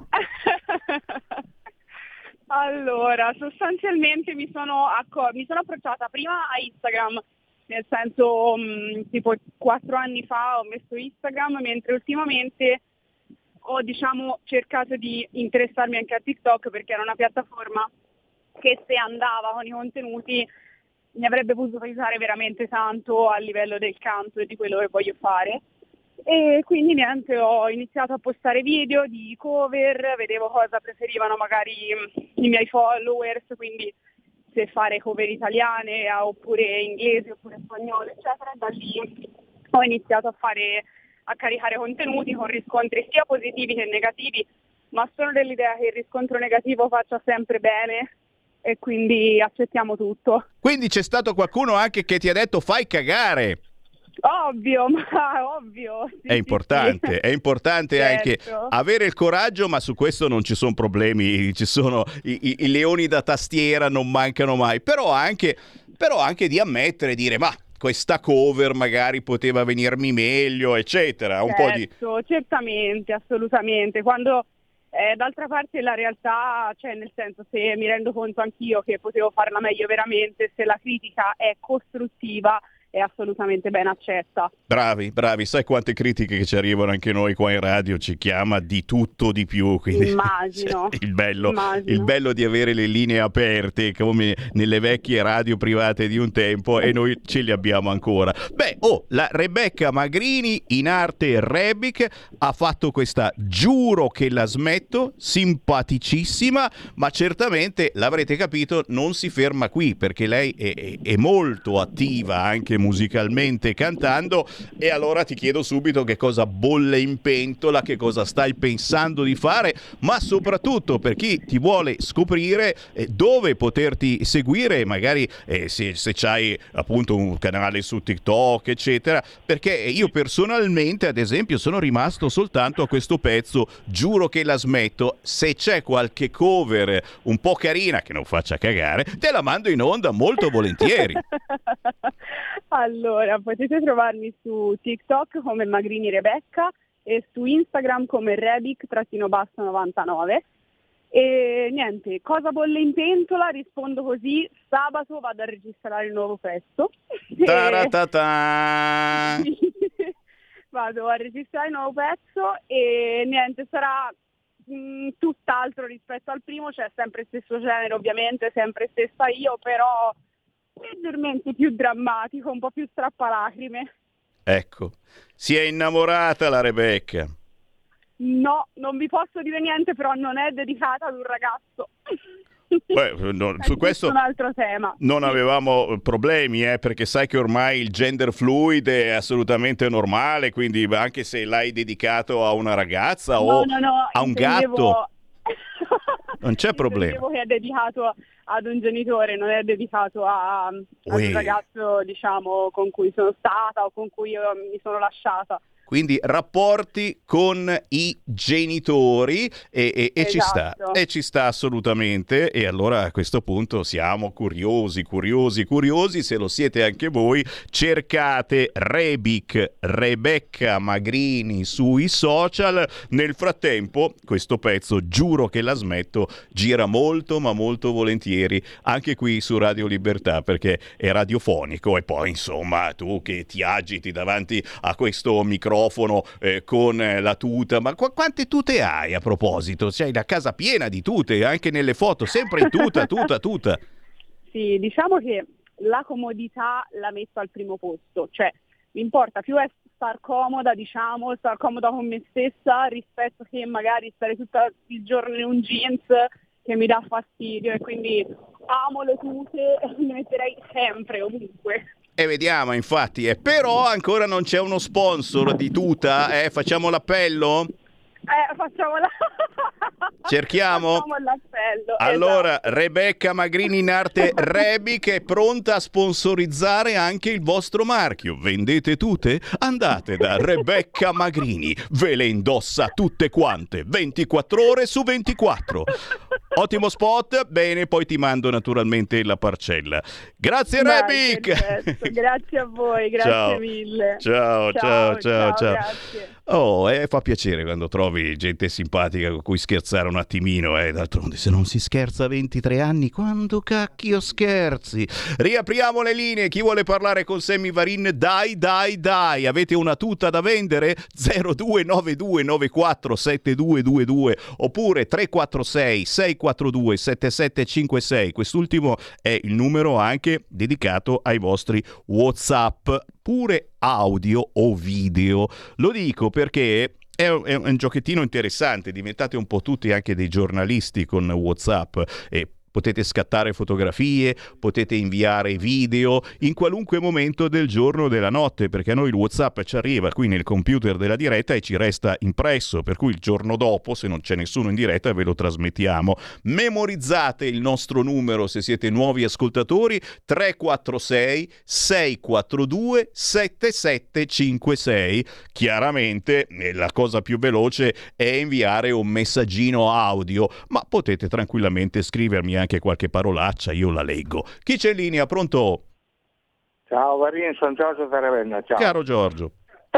Speaker 16: Allora, sostanzialmente mi sono, accor- mi sono approcciata prima a Instagram, nel senso mh, tipo quattro anni fa ho messo Instagram, mentre ultimamente ho diciamo cercato di interessarmi anche a TikTok, perché era una piattaforma che se andava con i contenuti mi avrebbe potuto aiutare veramente tanto a livello del canto e di quello che voglio fare. E quindi niente, ho iniziato a postare video di cover, vedevo cosa preferivano magari i miei followers, quindi se fare cover italiane oppure inglesi oppure spagnole eccetera. Da lì ho iniziato a fare a caricare contenuti con riscontri sia positivi che negativi, ma sono dell'idea che il riscontro negativo faccia sempre bene e quindi accettiamo tutto.
Speaker 2: Quindi c'è stato qualcuno anche che ti ha detto fai cagare.
Speaker 16: Ovvio, ma ovvio. Sì,
Speaker 2: è importante, sì. È importante certo. Anche avere il coraggio, ma su questo non ci sono problemi, ci sono i, i, i leoni da tastiera, non mancano mai, però anche, però anche di ammettere, dire ma questa cover magari poteva venirmi meglio, eccetera. Un
Speaker 16: certo,
Speaker 2: po' di...
Speaker 16: certamente, assolutamente. Quando eh, d'altra parte la realtà, cioè nel senso, se mi rendo conto anch'io che potevo farla meglio veramente, se la critica è costruttiva, è assolutamente ben accetta.
Speaker 2: Bravi, bravi, sai quante critiche che ci arrivano anche noi qua in radio, ci chiama di tutto di più, quindi
Speaker 16: immagino,
Speaker 2: il bello,
Speaker 16: immagino.
Speaker 2: Il bello di avere le linee aperte come nelle vecchie radio private di un tempo, e noi ce le abbiamo ancora. Beh, oh, la Rebecca Magrini, in arte Rebic, ha fatto questa giuro che la smetto, simpaticissima, ma certamente l'avrete capito non si ferma qui, perché lei è, è, è molto attiva anche musicalmente cantando. E allora ti chiedo subito che cosa bolle in pentola, che cosa stai pensando di fare, ma soprattutto per chi ti vuole scoprire eh, dove poterti seguire, magari eh, se, se c'hai appunto un canale su TikTok eccetera, perché io personalmente ad esempio sono rimasto soltanto a questo pezzo Giuro che la smetto. Se c'è qualche cover un po' carina che non faccia cagare, te la mando in onda molto volentieri.
Speaker 16: Allora, potete trovarmi su TikTok come Magrini Rebecca e su Instagram come Rebic-basso novantanove. E niente, cosa bolle in pentola? Rispondo così: sabato vado a registrare il nuovo pezzo.
Speaker 2: Taratata.
Speaker 16: Vado a registrare il nuovo pezzo e niente, sarà mh, tutt'altro rispetto al primo, cioè sempre stesso genere ovviamente, sempre stessa io, però leggermente più drammatico, un po' più strappalacrime.
Speaker 2: Ecco, si è innamorata la Rebecca.
Speaker 16: No, non vi posso dire niente, però non è dedicata ad un ragazzo.
Speaker 2: Beh, no, su questo
Speaker 16: un altro tema.
Speaker 2: Non avevamo problemi, eh, perché sai che ormai il gender fluid è assolutamente normale, quindi anche se l'hai dedicato a una ragazza
Speaker 16: no,
Speaker 2: o
Speaker 16: no, no,
Speaker 2: a un
Speaker 16: intendevo...
Speaker 2: gatto, non c'è problema.
Speaker 16: Intendevo che è dedicato ad un genitore, non è dedicato a, a un ragazzo, diciamo, con cui sono stata o con cui io mi sono lasciata.
Speaker 2: Quindi rapporti con i genitori e, e, e
Speaker 16: esatto.
Speaker 2: ci sta, e ci sta assolutamente. E allora a questo punto siamo curiosi, curiosi, curiosi. Se lo siete anche voi, cercate Rebic, Rebecca Magrini sui social. Nel frattempo questo pezzo, Giuro che la smetto, gira molto ma molto volentieri anche qui su Radio Libertà, perché è radiofonico. E poi insomma tu che ti agiti davanti a questo microfono Eh, con eh, la tuta, ma qu- quante tute hai a proposito? C'hai la casa piena di tute, anche nelle foto, sempre in tuta, tuta, tuta.
Speaker 16: Sì, diciamo che la comodità la metto al primo posto, cioè mi importa più è star comoda, diciamo, star comoda con me stessa rispetto che magari stare tutto il giorno in un jeans che mi dà fastidio, e quindi amo le tute e le metterei sempre, ovunque.
Speaker 2: E vediamo, infatti, eh, però ancora non c'è uno sponsor di tuta, eh? Facciamo l'appello?
Speaker 16: Eh, facciamo la...
Speaker 2: Cerchiamo?
Speaker 16: Facciamo l'appello.
Speaker 2: Allora,
Speaker 16: esatto.
Speaker 2: Rebecca Magrini in arte Rebic è pronta a sponsorizzare anche il vostro marchio. Vendete tute? Andate da Rebecca Magrini, ve le indossa tutte quante, ventiquattro ore su ventiquattro. Ottimo spot, bene, poi ti mando naturalmente la parcella. Grazie
Speaker 16: Dai,
Speaker 2: Rebic!
Speaker 16: perfetto. Grazie a voi, grazie
Speaker 2: ciao.
Speaker 16: mille.
Speaker 2: Ciao, ciao, ciao, ciao.
Speaker 16: Grazie.
Speaker 2: Oh, eh, fa piacere quando trovi gente simpatica con cui scherzare un attimino, eh. D'altronde se non si scherza a ventitré anni, quando cacchio scherzi? Riapriamo le linee, chi vuole parlare con Sammy Varin? Dai, dai, dai, avete una tuta da vendere? zero due nove due nove quattro sette due due due oppure tre quattro sei sei quattro due sette sette cinque sei. Quest'ultimo è il numero anche dedicato ai vostri WhatsApp, pure audio o video. Lo dico perché è un, è un giochettino interessante, diventate un po' tutti anche dei giornalisti con WhatsApp e potete scattare fotografie, potete inviare video in qualunque momento del giorno o della notte, perché a noi il WhatsApp ci arriva qui nel computer della diretta e ci resta impresso, per cui il giorno dopo, se non c'è nessuno in diretta, ve lo trasmettiamo. Memorizzate il nostro numero se siete nuovi ascoltatori: tre quattro sei sei quattro due sette sette cinque sei. Chiaramente la cosa più veloce è inviare un messaggino audio, ma potete tranquillamente scrivermi anche anche qualche parolaccia, io la leggo. Chi c'è in linea? Pronto?
Speaker 17: Ciao Varin, sono Giorgio da Ravenna. Ciao.
Speaker 2: Caro Giorgio.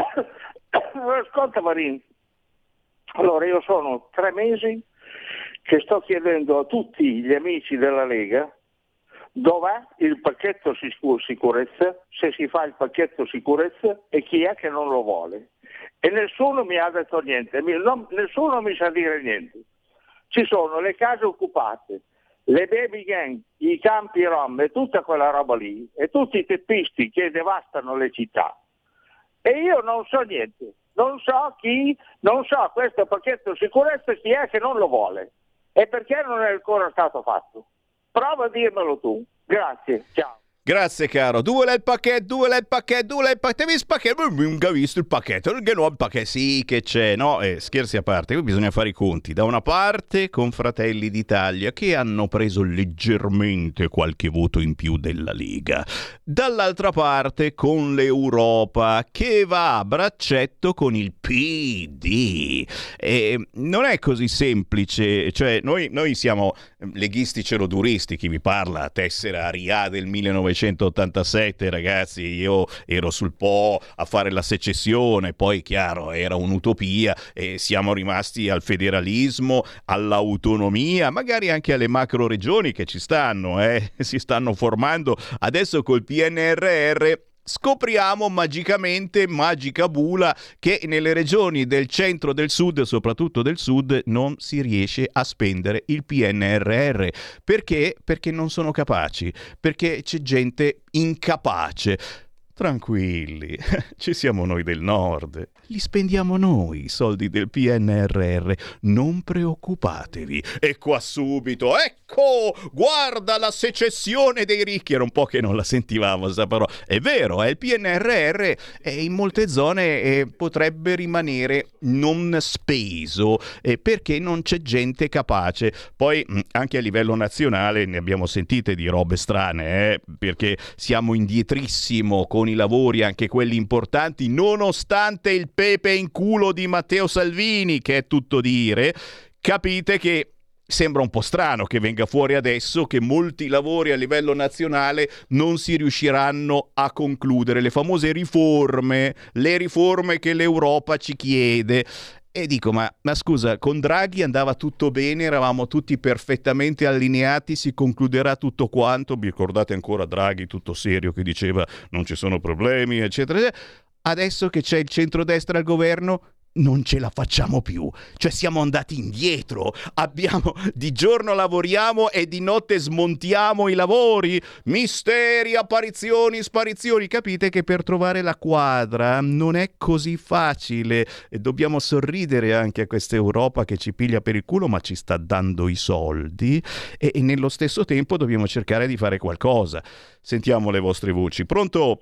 Speaker 17: Ascolta Varin, allora io sono tre mesi che sto chiedendo a tutti gli amici della Lega dov'è il pacchetto sicurezza, se si fa il pacchetto sicurezza e chi è che non lo vuole. E nessuno mi ha detto niente, non, nessuno mi sa dire niente. Ci sono le case occupate, le baby gang, i campi rom e tutta quella roba lì, e tutti i teppisti che devastano le città. E io non so niente, non so chi, non so questo pacchetto sicurezza chi è che non lo vuole e perché non è ancora stato fatto. Prova a dirmelo tu. Grazie, ciao.
Speaker 2: Grazie caro, due il pacchetto, due il pacchetto, due il pacchetto, hai visto il pacchetto? Non ho visto il pacchetto, che no il pacchetto, sì che c'è, no? Eh, scherzi a parte, qui bisogna fare i conti. Da una parte con Fratelli d'Italia che hanno preso leggermente qualche voto in più della Lega, dall'altra parte con l'Europa che va a braccetto con il P D. E non è così semplice, cioè noi, noi siamo leghisti celoduristi, chi vi parla, tessera Aria del millenovecentottantasette, ragazzi, io ero sul Po a fare la secessione, poi chiaro era un'utopia e siamo rimasti al federalismo, all'autonomia, magari anche alle macro regioni che ci stanno, eh? si stanno formando adesso col P N R R. Scopriamo magicamente, magica bula, che nelle regioni del centro, del sud, soprattutto del sud, non si riesce a spendere il P N R R. Perché? Perché non sono capaci, perché c'è gente incapace. Tranquilli, ci siamo noi del nord, li spendiamo noi i soldi del P N R R, non preoccupatevi. E qua subito, ecco, guarda la secessione dei ricchi, era un po' che non la sentivamo sta parola. È vero, eh, il P N R R eh, in molte zone eh, potrebbe rimanere non speso eh, perché non c'è gente capace. Poi mh, anche a livello nazionale ne abbiamo sentite di robe strane, eh, perché siamo indietrissimo con i lavori, anche quelli importanti, nonostante il pepe in culo di Matteo Salvini, che è tutto dire. Capite che sembra un po' strano che venga fuori adesso che molti lavori a livello nazionale non si riusciranno a concludere, le famose riforme, le riforme che l'Europa ci chiede. E dico, ma, ma scusa, con Draghi andava tutto bene, eravamo tutti perfettamente allineati, si concluderà tutto quanto, vi ricordate ancora Draghi tutto serio che diceva non ci sono problemi, eccetera, eccetera. Adesso che c'è il centrodestra al governo non ce la facciamo più, cioè siamo andati indietro, abbiamo di giorno lavoriamo e di notte smontiamo i lavori, misteri, apparizioni, sparizioni. Capite che per trovare la quadra non è così facile e dobbiamo sorridere anche a questa Europa che ci piglia per il culo ma ci sta dando i soldi e, e nello stesso tempo dobbiamo cercare di fare qualcosa. Sentiamo le vostre voci. Pronto?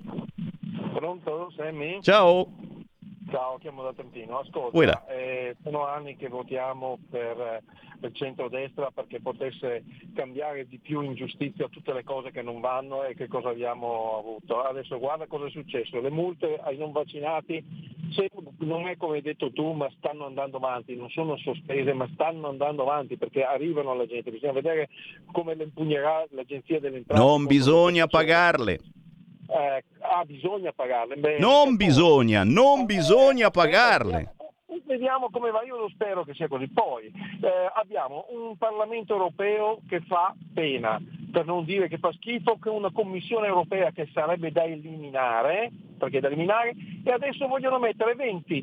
Speaker 18: Pronto, Sammy?
Speaker 2: Ciao.
Speaker 18: Ciao, chiamo da Trentino. Ascolta, eh, sono anni che votiamo per il centrodestra perché potesse cambiare di più in giustizia tutte le cose che non vanno e che cosa abbiamo avuto. Adesso guarda cosa è successo, le multe ai non vaccinati se, non è come hai detto tu, ma stanno andando avanti, non sono sospese ma stanno andando avanti perché arrivano alla gente, bisogna vedere come le impugnerà l'Agenzia delle Entrate.
Speaker 2: Non bisogna pagarle.
Speaker 18: Eh, ah, bisogna pagarle. Beh,
Speaker 2: non bisogna, non eh, bisogna pagarle.
Speaker 18: Eh, vediamo come va, io lo spero che sia così. Poi eh, abbiamo un Parlamento europeo che fa pena, per non dire che fa schifo, che una Commissione europea che sarebbe da eliminare, perché da eliminare, e adesso vogliono mettere venti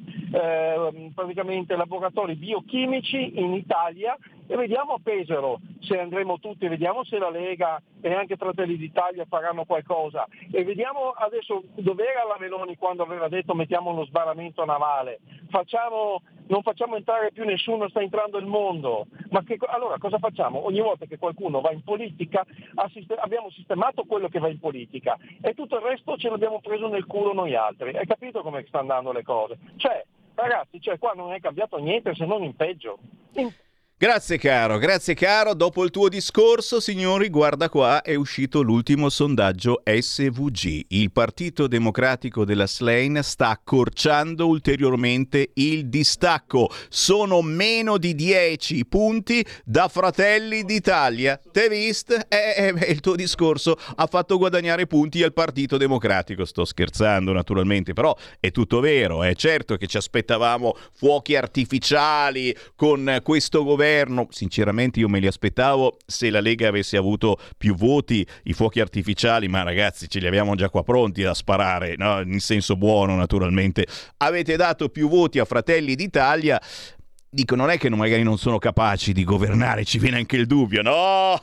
Speaker 18: eh, praticamente laboratori biochimici in Italia e vediamo a Pesaro se andremo tutti, vediamo se la Lega e anche Fratelli d'Italia faranno qualcosa e vediamo adesso dov'era la Meloni quando aveva detto mettiamo uno sbarramento navale, facciamo, non facciamo entrare più nessuno, sta entrando il mondo, ma che, allora cosa facciamo? Ogni volta che qualcuno va in politica abbiamo sistemato quello che va in politica e tutto il resto ce l'abbiamo preso nel culo noi altri, hai capito come stanno andando le cose? Cioè ragazzi, cioè qua non è cambiato niente se non in peggio. In...
Speaker 2: Grazie caro, grazie caro. Dopo il tuo discorso, signori, guarda qua, è uscito l'ultimo sondaggio S V G. Il Partito Democratico della Slane sta accorciando ulteriormente il distacco. Sono meno di dieci punti da Fratelli d'Italia. Te vist? Eh, eh, il tuo discorso ha fatto guadagnare punti al Partito Democratico. Sto scherzando naturalmente, però è tutto vero. È certo che ci aspettavamo fuochi artificiali con questo governo. Sinceramente io me li aspettavo se la Lega avesse avuto più voti, i fuochi artificiali, ma ragazzi ce li abbiamo già qua pronti da sparare, no? In senso buono naturalmente. Avete dato più voti a Fratelli d'Italia, dico non è che magari non sono capaci di governare, ci viene anche il dubbio, no?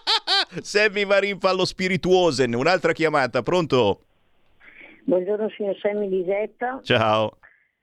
Speaker 2: Sammy Varin fa lo spirituosen, un'altra chiamata, pronto?
Speaker 19: Buongiorno signor Sammy Lisetta.
Speaker 2: Ciao.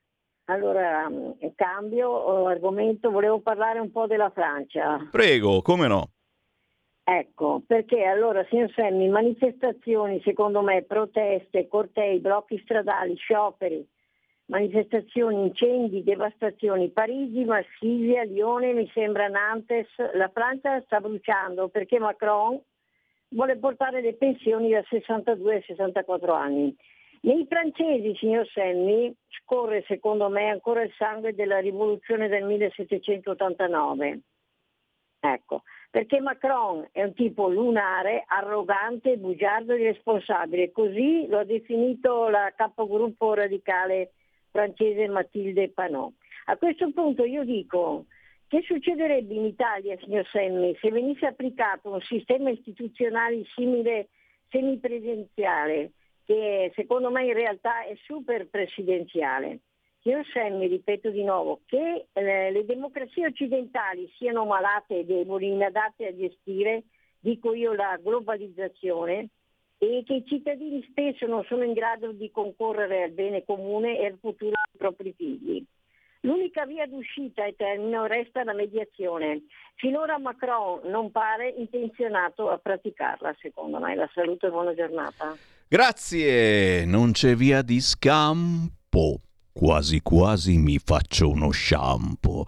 Speaker 19: Allora, cambio argomento, volevo parlare un po' della Francia.
Speaker 2: Prego, come no?
Speaker 19: Ecco, perché allora, signor Semmi, manifestazioni, secondo me, proteste, cortei, blocchi stradali, scioperi, manifestazioni, incendi, devastazioni, Parigi, Marsiglia, Lione, mi sembra Nantes, la Francia sta bruciando perché Macron vuole portare le pensioni da sessantadue a sessantaquattro anni. Nei francesi, signor Semmi, scorre secondo me ancora il sangue della rivoluzione del millesettecentottantanove. Ecco, perché Macron è un tipo lunare, arrogante, bugiardo e irresponsabile, così lo ha definito la capogruppo radicale francese Mathilde Panot. A questo punto io dico, che succederebbe in Italia, signor Semmi, se venisse applicato un sistema istituzionale simile semipresidenziale, che secondo me in realtà è super presidenziale? Signor Semmi, ripeto di nuovo, che eh, le democrazie occidentali siano malate e deboli, inadatte a gestire, dico io, la globalizzazione, e che i cittadini spesso non sono in grado di concorrere al bene comune e al futuro dei propri figli. L'unica via d'uscita, e termino, resta la mediazione. Finora Macron non pare intenzionato a praticarla, secondo me. La saluto e buona giornata.
Speaker 2: Grazie, non c'è via di scampo. Quasi quasi mi faccio uno shampoo.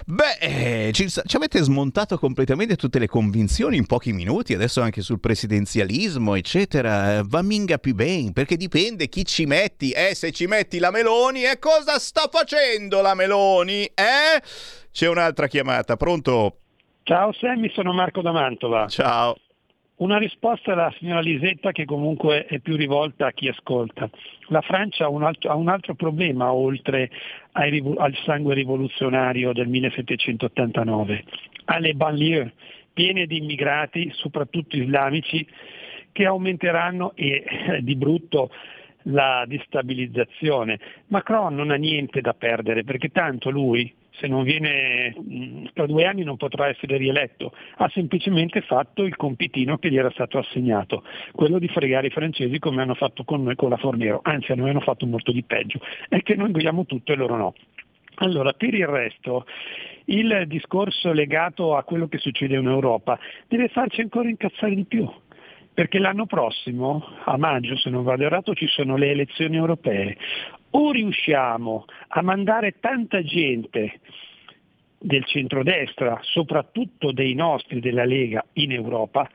Speaker 2: Beh, ci, ci avete smontato completamente tutte le convinzioni in pochi minuti, adesso anche sul presidenzialismo, eccetera. Va minga più ben, perché dipende chi ci metti. Eh, se ci metti la Meloni, e eh, cosa sta facendo la Meloni? Eh? C'è un'altra chiamata, pronto?
Speaker 20: Ciao Sammy, sono Marco da Mantova.
Speaker 2: Ciao.
Speaker 20: Una risposta alla signora Lisetta che comunque è più rivolta a chi ascolta. La Francia ha un altro, ha un altro problema oltre ai, al sangue rivoluzionario del millesettecentottantanove. Ha le banlieue piene di immigrati, soprattutto islamici, che aumenteranno e eh, di brutto la destabilizzazione. Macron non ha niente da perdere perché tanto lui, se non viene tra due anni, non potrà essere rieletto, ha semplicemente fatto il compitino che gli era stato assegnato, quello di fregare i francesi come hanno fatto con noi con la Fornero, anzi a noi hanno fatto molto di peggio, è che noi vogliamo tutto e loro no. Allora, per il resto, il discorso legato a quello che succede in Europa deve farci ancora incazzare di più, perché l'anno prossimo, a maggio se non vado errato, ci sono le elezioni europee. O riusciamo a mandare tanta gente del centrodestra, soprattutto dei nostri della Lega, in Europa,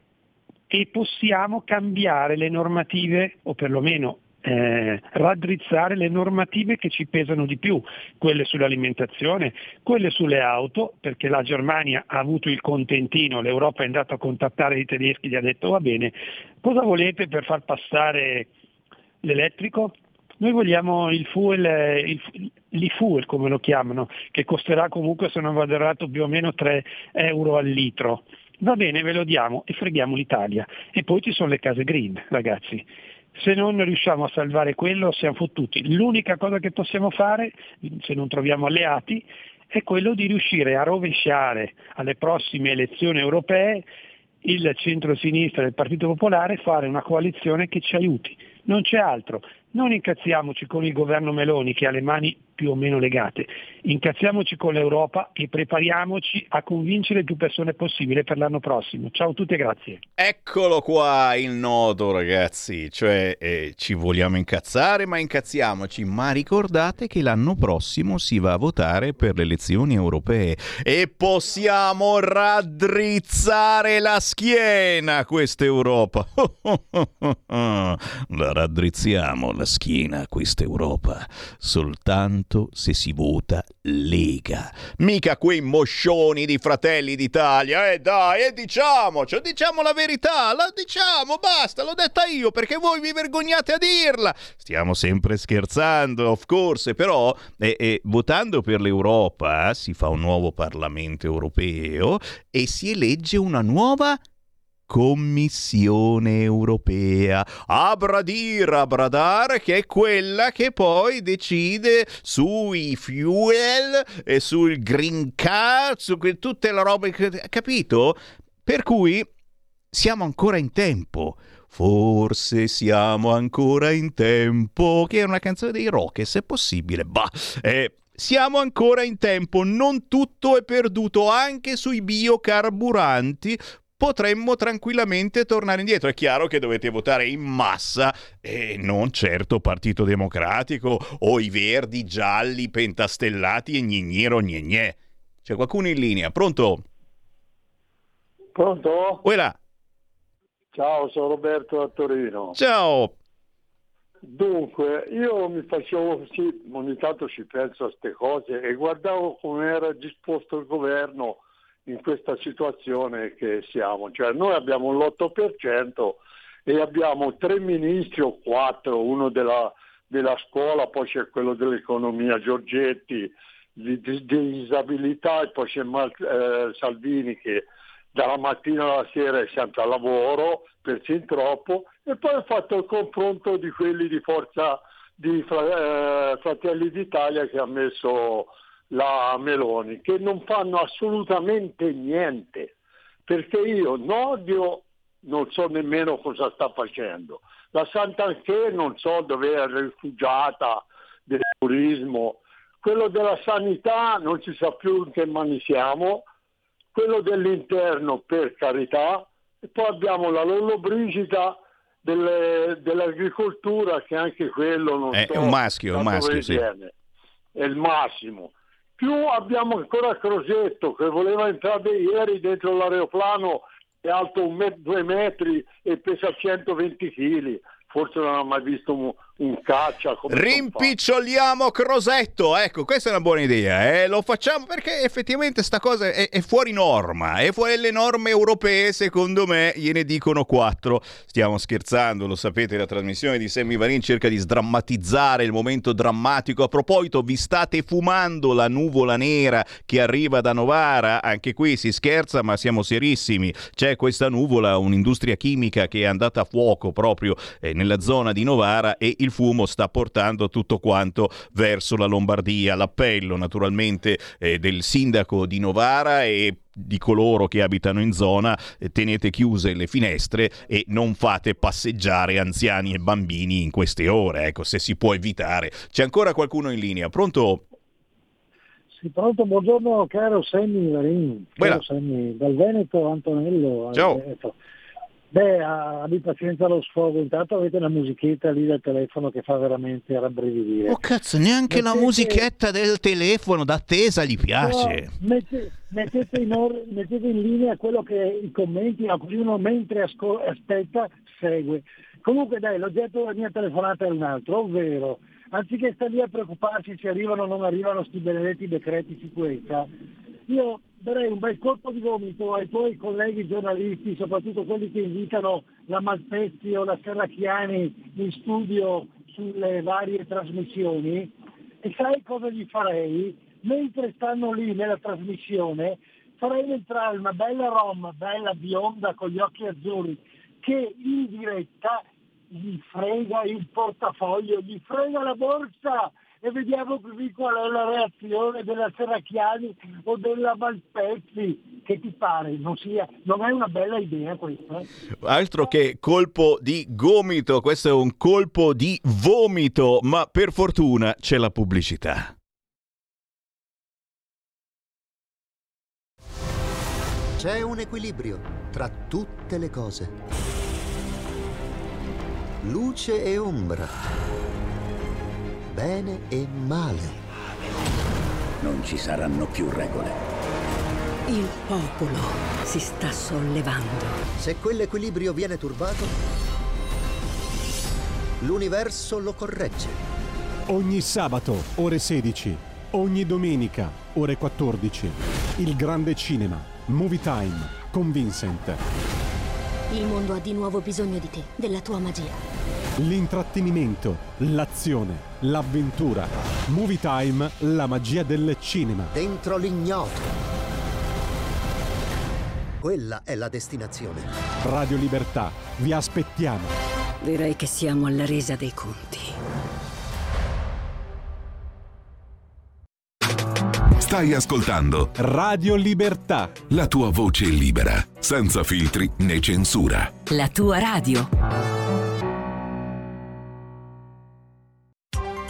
Speaker 20: e possiamo cambiare le normative, o perlomeno eh, raddrizzare le normative che ci pesano di più, quelle sull'alimentazione, quelle sulle auto, perché la Germania ha avuto il contentino, l'Europa è andata a contattare i tedeschi e gli ha detto va bene, cosa volete per far passare l'elettrico? Noi vogliamo il fuel, il, l'e-fuel come lo chiamano, che costerà comunque, se non vado errato, più o meno tre euro al litro. Va bene, ve lo diamo e freghiamo l'Italia. E poi ci sono le case green, ragazzi. Se non riusciamo a salvare quello siamo fottuti. L'unica cosa che possiamo fare, se non troviamo alleati, è quello di riuscire a rovesciare alle prossime elezioni europee il centro-sinistra del Partito Popolare, fare una coalizione che ci aiuti. Non c'è altro. Non incazziamoci con il governo Meloni che ha le mani più o meno legate, incazziamoci con l'Europa e prepariamoci a convincere più persone possibile per l'anno prossimo. Ciao a tutti e grazie.
Speaker 2: Eccolo qua il nodo, ragazzi, cioè eh, ci vogliamo incazzare, ma incazziamoci, ma ricordate che l'anno prossimo si va a votare per le elezioni europee e possiamo raddrizzare la schiena a questa Europa. La raddrizziamo la schiena a questa Europa soltanto se si vota Lega, mica quei moscioni di Fratelli d'Italia. Eh dai, e diciamoci, diciamo la verità, la diciamo, basta, l'ho detta io perché voi vi vergognate a dirla. Stiamo sempre scherzando, of course, però eh, eh, votando per l'Europa si fa un nuovo Parlamento europeo e si elegge una nuova Commissione europea, abradir, abradar, che è quella che poi decide sui fuel e sul green card, su que- tutte le robe, capito? Per cui siamo ancora in tempo. Forse siamo ancora in tempo, che è una canzone dei Rockets, se possibile. Bah, eh, siamo ancora in tempo, non tutto è perduto, anche sui biocarburanti. potremmo tranquillamente tornare indietro. È chiaro che dovete votare in massa e non certo Partito Democratico o i verdi, gialli, pentastellati e gnignero gnignè. C'è qualcuno in linea? Pronto?
Speaker 21: Pronto?
Speaker 2: Uela.
Speaker 21: Ciao, sono Roberto da Torino.
Speaker 2: Ciao.
Speaker 21: Dunque, io mi facevo, sì, ogni tanto ci penso a queste cose e guardavo come era disposto il governo in questa situazione che siamo. Cioè noi abbiamo l'otto per cento e abbiamo tre ministri o quattro, uno della, della scuola, poi c'è quello dell'economia Giorgetti, di, di, di disabilità, e poi c'è Mal, eh, Salvini che dalla mattina alla sera è sempre al lavoro, per sin troppo, e poi ho fatto il confronto di quelli di Forza di eh, Fratelli d'Italia che ha messo la Meloni, che non fanno assolutamente niente, perché io Nordio non so nemmeno cosa sta facendo, la Santanchè non so dove è rifugiata del turismo, quello della sanità non si sa più in che mani siamo, quello dell'interno per carità, e poi abbiamo la Lollobrigida delle, dell'agricoltura che anche quello non
Speaker 2: è
Speaker 21: so
Speaker 2: un maschio, un maschio, sì.
Speaker 21: Viene. È il massimo. Più abbiamo ancora Crosetto che voleva entrare ieri dentro l'aeroplano, è alto un met- due metri e pesa centoventi chili. Forse non ha mai visto un, un caccia. Come
Speaker 2: rimpiccioliamo Crosetto, ecco, questa è una buona idea, eh? Lo facciamo perché effettivamente sta cosa è, è fuori norma, è fuori le norme europee, secondo me gliene dicono quattro. Stiamo scherzando, lo sapete, la trasmissione di Sammy Varin cerca di sdrammatizzare il momento drammatico. A proposito, vi state fumando la nuvola nera che arriva da Novara? Anche qui si scherza, ma siamo serissimi. C'è questa nuvola, un'industria chimica che è andata a fuoco proprio eh, nella zona di Novara, e il fumo sta portando tutto quanto verso la Lombardia. L'appello naturalmente eh, del sindaco di Novara e di coloro che abitano in zona: eh, tenete chiuse le finestre e non fate passeggiare anziani e bambini in queste ore, ecco, se si può evitare. C'è ancora qualcuno in linea? Pronto?
Speaker 22: Sì, pronto, buongiorno caro Sammy Varin, caro Sammy, dal Veneto Antonello.
Speaker 2: Ciao.
Speaker 22: Veneto. Beh, abbi pazienza allo sfogo, intanto avete una musichetta lì del telefono che fa veramente rabbrividire.
Speaker 2: Oh cazzo, neanche mettete... la musichetta del telefono d'attesa gli piace.
Speaker 22: No, mette, mettete, in or- mettete in linea quello che i commenti, no, così uno mentre asco- aspetta segue. Comunque dai, l'oggetto della mia telefonata è un altro, ovvero, anziché stare lì a preoccuparsi se arrivano o non arrivano sti benedetti decreti sicurezza, io darei un bel colpo di gomito ai tuoi colleghi giornalisti, soprattutto quelli che invitano la Malpezzi o la Serracchiani in studio sulle varie trasmissioni, e sai cosa gli farei? Mentre stanno lì nella trasmissione farei entrare una bella rom, bella bionda con gli occhi azzurri, che in diretta gli frega il portafoglio, gli frega la borsa, e vediamo così qual è la reazione della Serracchiani o della Malpezzi. Che ti pare? Non sia, non è una bella idea questa?
Speaker 2: Altro che colpo di gomito, questo è un colpo di vomito, ma per fortuna c'è la pubblicità.
Speaker 23: C'è un equilibrio tra tutte le cose. Luce e ombra. Bene e male.
Speaker 12: Non ci saranno più regole.
Speaker 9: Il popolo si sta sollevando.
Speaker 23: Se quell'equilibrio viene turbato, l'universo lo corregge.
Speaker 8: Ogni sabato, ore sedici. Ogni domenica, ore quattordici. Il grande cinema. Movie Time con Vincent.
Speaker 24: Il mondo ha di nuovo bisogno di te, della tua magia.
Speaker 8: L'intrattenimento, l'azione, l'avventura. Movie Time, la magia del cinema.
Speaker 23: Dentro l'ignoto. Quella è la destinazione.
Speaker 8: Radio Libertà, vi aspettiamo.
Speaker 9: Direi che siamo alla resa dei conti.
Speaker 7: Stai ascoltando
Speaker 8: Radio Libertà,
Speaker 7: la tua voce libera, senza filtri né censura.
Speaker 9: La tua radio.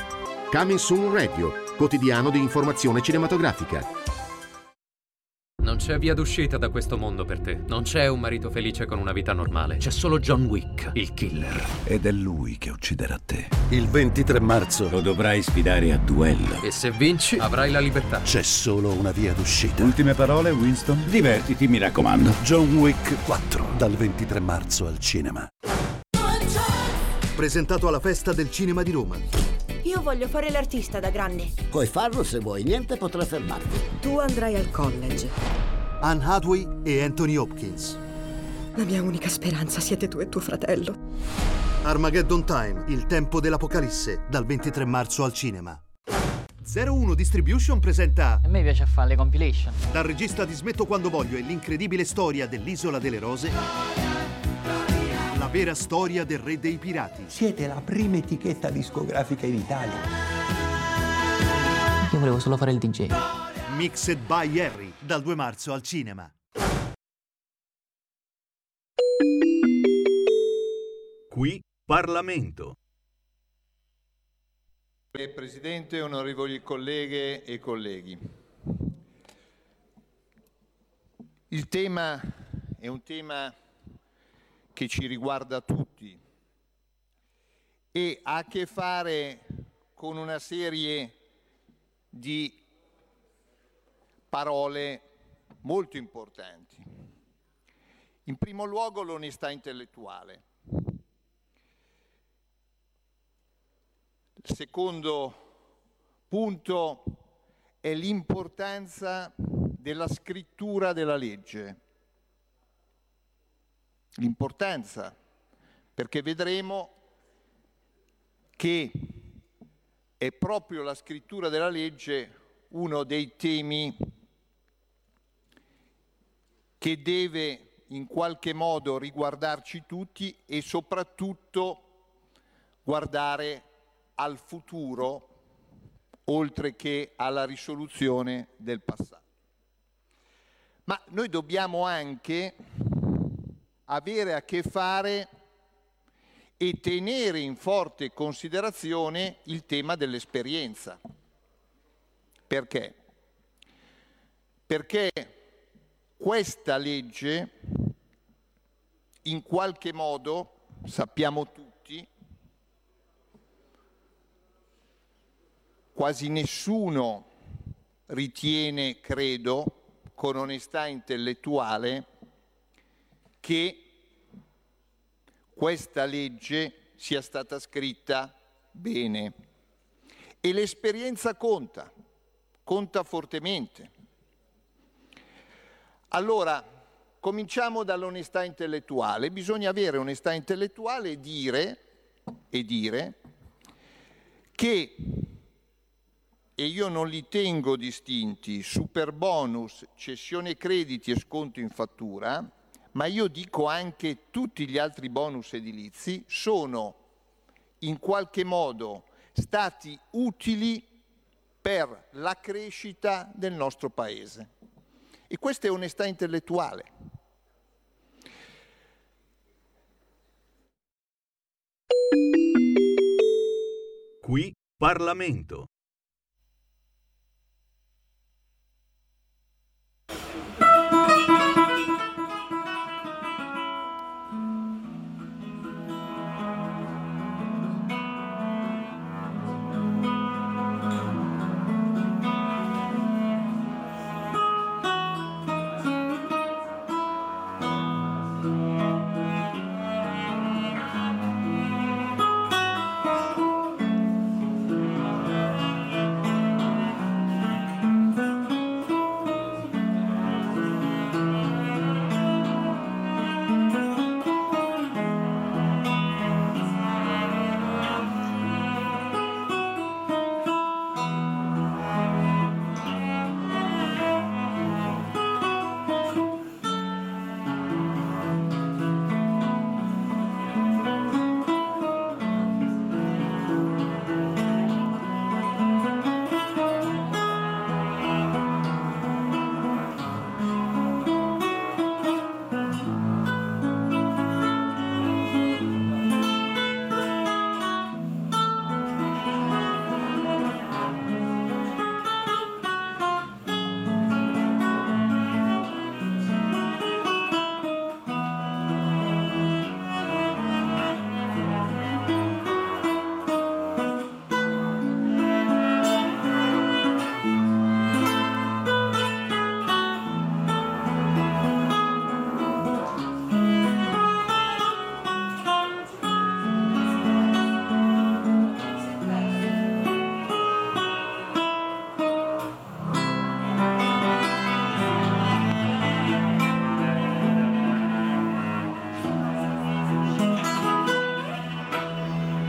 Speaker 25: Coming Soon Radio, quotidiano di informazione cinematografica.
Speaker 26: Non
Speaker 1: c'è via d'uscita da questo mondo per te. Non c'è un marito felice con una vita normale.
Speaker 4: C'è solo John Wick, il killer.
Speaker 5: Ed è lui che ucciderà te.
Speaker 4: Il ventitré marzo lo dovrai sfidare a duello.
Speaker 1: E se vinci, avrai la libertà.
Speaker 5: C'è solo una via d'uscita.
Speaker 4: Ultime parole, Winston?
Speaker 5: Divertiti, mi raccomando. John Wick quattro, dal ventitré marzo al cinema.
Speaker 6: Presentato alla Festa del Cinema di Roma.
Speaker 25: Io voglio fare l'artista da grande.
Speaker 12: Puoi farlo se vuoi, niente potrà fermarti.
Speaker 9: Tu andrai al college.
Speaker 6: Anne Hathaway e Anthony Hopkins.
Speaker 9: La mia unica speranza siete tu e tuo fratello.
Speaker 6: Armageddon Time, il tempo dell'apocalisse, dal ventitré marzo al cinema. zero uno Distribution presenta...
Speaker 26: A me piace fare le compilation.
Speaker 6: Dal regista di Smetto quando voglio e l'incredibile storia dell'Isola delle Rose... La vera storia del re dei pirati.
Speaker 27: Siete la prima etichetta discografica in Italia.
Speaker 26: Io volevo solo fare il D J.
Speaker 6: Mixed by Harry, dal due marzo al cinema.
Speaker 2: Qui Parlamento.
Speaker 28: Presidente, onorevoli colleghe e colleghi. Il tema è un tema che ci riguarda tutti e ha a che fare con una serie di parole molto importanti. In primo luogo l'onestà intellettuale. Il secondo punto è l'importanza della scrittura della legge. L'importanza, perché vedremo che è proprio la scrittura della legge uno dei temi che deve in qualche modo riguardarci tutti e soprattutto guardare al futuro oltre che alla risoluzione del passato. Ma noi dobbiamo anche avere a che fare e tenere in forte considerazione il tema dell'esperienza. Perché? Perché questa legge, in qualche modo, sappiamo tutti, quasi nessuno ritiene, credo, con onestà intellettuale, che questa legge sia stata scritta bene. E l'esperienza conta, conta fortemente. Allora, cominciamo dall'onestà intellettuale. Bisogna avere onestà intellettuale e dire, e dire che, e io non li tengo distinti, superbonus, cessione crediti e sconto in fattura, ma io dico anche tutti gli altri bonus edilizi sono in qualche modo stati utili per la crescita del nostro Paese. E questa è onestà intellettuale.
Speaker 2: Qui Parlamento.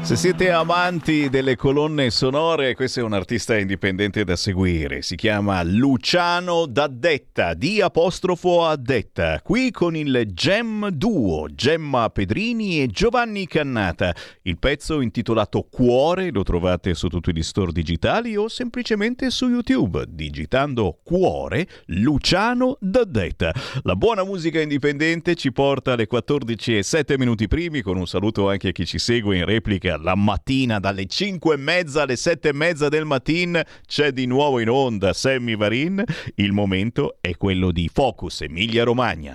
Speaker 2: Se siete amanti delle colonne sonore, questo è un artista indipendente da seguire. Si chiama Luciano D'Addetta, di apostrofo Addetta. Qui con il Gem Duo, Gemma Pedrini e Giovanni Cannata. Il pezzo intitolato Cuore lo trovate su tutti gli store digitali o semplicemente su YouTube, digitando Cuore Luciano D'Addetta. La buona musica indipendente ci porta alle quattordici e sette minuti primi, con un saluto anche a chi ci segue in replica la mattina dalle cinque e mezza alle sette e mezza del mattino. C'è di nuovo in onda Sammy Varin. Il momento è quello di Focus Emilia Romagna.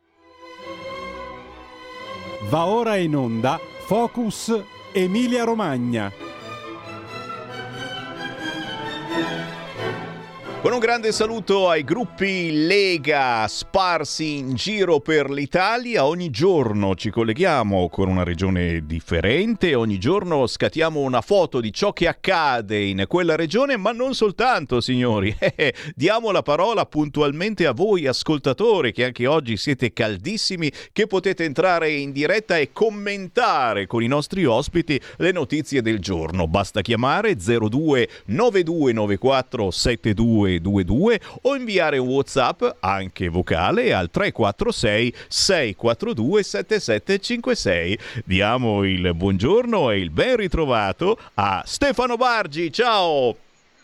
Speaker 8: Va ora in onda Focus Emilia Romagna.
Speaker 2: Con un grande saluto ai gruppi Lega sparsi in giro per l'Italia. Ogni giorno ci colleghiamo con una regione differente, ogni giorno scattiamo una foto di ciò che accade in quella regione, ma non soltanto, signori. Diamo la parola puntualmente a voi ascoltatori, che anche oggi siete caldissimi, che potete entrare in diretta e commentare con i nostri ospiti le notizie del giorno. Basta chiamare zero due nove due nove quattro sette due due due o inviare un WhatsApp anche vocale al tre quattro sei sei quattro due sette sette cinque sei. Diamo il buongiorno e il ben ritrovato a Stefano Bargi. Ciao!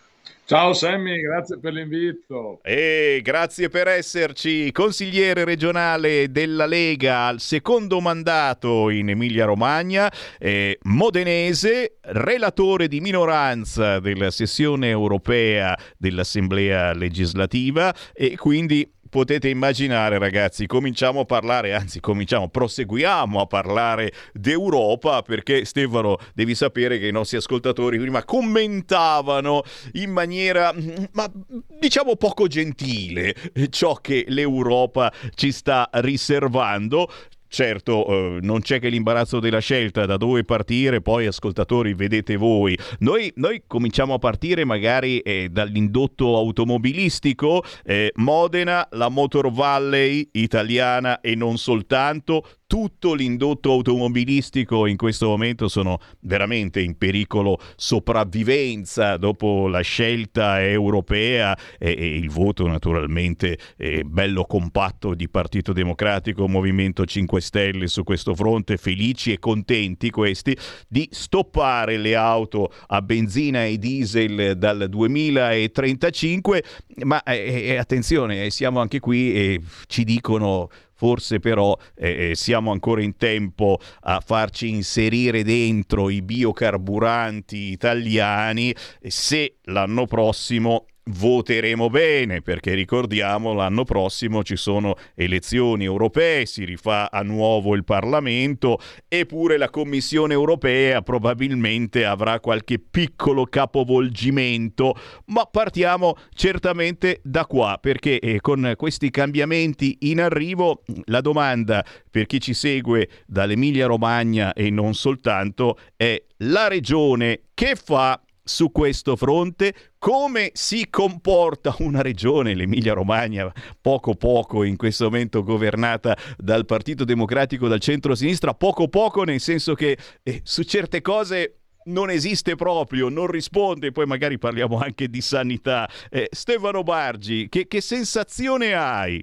Speaker 3: Ciao Sammy, grazie per l'invito.
Speaker 2: E grazie per esserci. Consigliere regionale della Lega al secondo mandato in Emilia-Romagna, eh, modenese, relatore di minoranza della sessione europea dell'Assemblea legislativa, e quindi potete immaginare, ragazzi, cominciamo a parlare, anzi cominciamo, proseguiamo a parlare d'Europa, perché Stefano, devi sapere che i nostri ascoltatori prima commentavano in maniera, ma diciamo poco gentile, ciò che l'Europa ci sta riservando. Certo, eh, non c'è che l'imbarazzo della scelta, da dove partire, poi ascoltatori vedete voi. Noi, noi cominciamo a partire magari eh, dall'indotto automobilistico, eh, Modena, la Motor Valley italiana e non soltanto. Tutto l'indotto automobilistico in questo momento sono veramente in pericolo sopravvivenza dopo la scelta europea e, e il voto naturalmente eh, bello compatto di Partito Democratico, Movimento cinque Stelle su questo fronte, felici e contenti questi di stoppare le auto a benzina e diesel dal duemilatrentacinque, ma eh, attenzione, siamo anche qui e ci dicono forse però eh, siamo ancora in tempo a farci inserire dentro i biocarburanti italiani se l'anno prossimo voteremo bene, perché ricordiamo l'anno prossimo ci sono elezioni europee, si rifà a nuovo il Parlamento, eppure la Commissione europea probabilmente avrà qualche piccolo capovolgimento, ma partiamo certamente da qua, perché eh, con questi cambiamenti in arrivo la domanda per chi ci segue dall'Emilia Romagna e non soltanto è: la regione che fa su questo fronte? Come si comporta una regione, l'Emilia Romagna, poco poco in questo momento governata dal Partito Democratico, dal centro-sinistra, poco poco nel senso che eh, su certe cose non esiste proprio, non risponde. Poi magari parliamo anche di sanità. Eh, Stefano Bargi, che, che sensazione hai?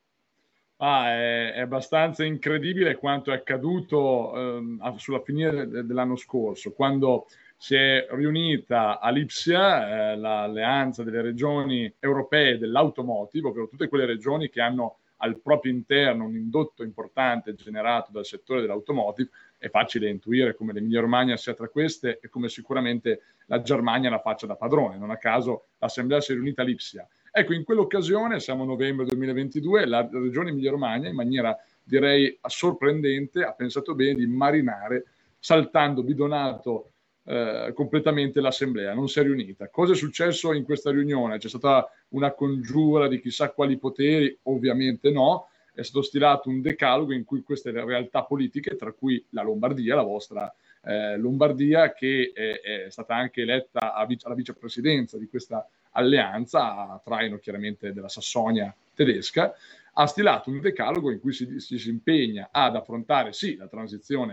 Speaker 3: Ah, è, è abbastanza incredibile quanto è accaduto ehm, sulla fine de- dell'anno scorso, quando si è riunita a Lipsia eh, l'alleanza delle regioni europee dell'automotive, ovvero tutte quelle regioni che hanno al proprio interno un indotto importante generato dal settore dell'automotive. È facile intuire come l'Emilia Romagna sia tra queste e come sicuramente la Germania la faccia da padrone. Non a caso l'Assemblea si è riunita a Lipsia. Ecco, in quell'occasione, siamo a novembre duemilaventidue, la regione Emilia Romagna, in maniera direi sorprendente, ha pensato bene di marinare, saltando bidonato Eh, completamente l'assemblea, non si è riunita. Cosa è successo in questa riunione? C'è stata una congiura di chissà quali poteri? Ovviamente no. È stato stilato un decalogo in cui queste realtà politiche, tra cui la Lombardia, la vostra eh, Lombardia, che è, è stata anche eletta a vice, alla vicepresidenza di questa alleanza, a traino chiaramente della Sassonia tedesca, ha stilato un decalogo in cui si, si, si impegna ad affrontare sì la transizione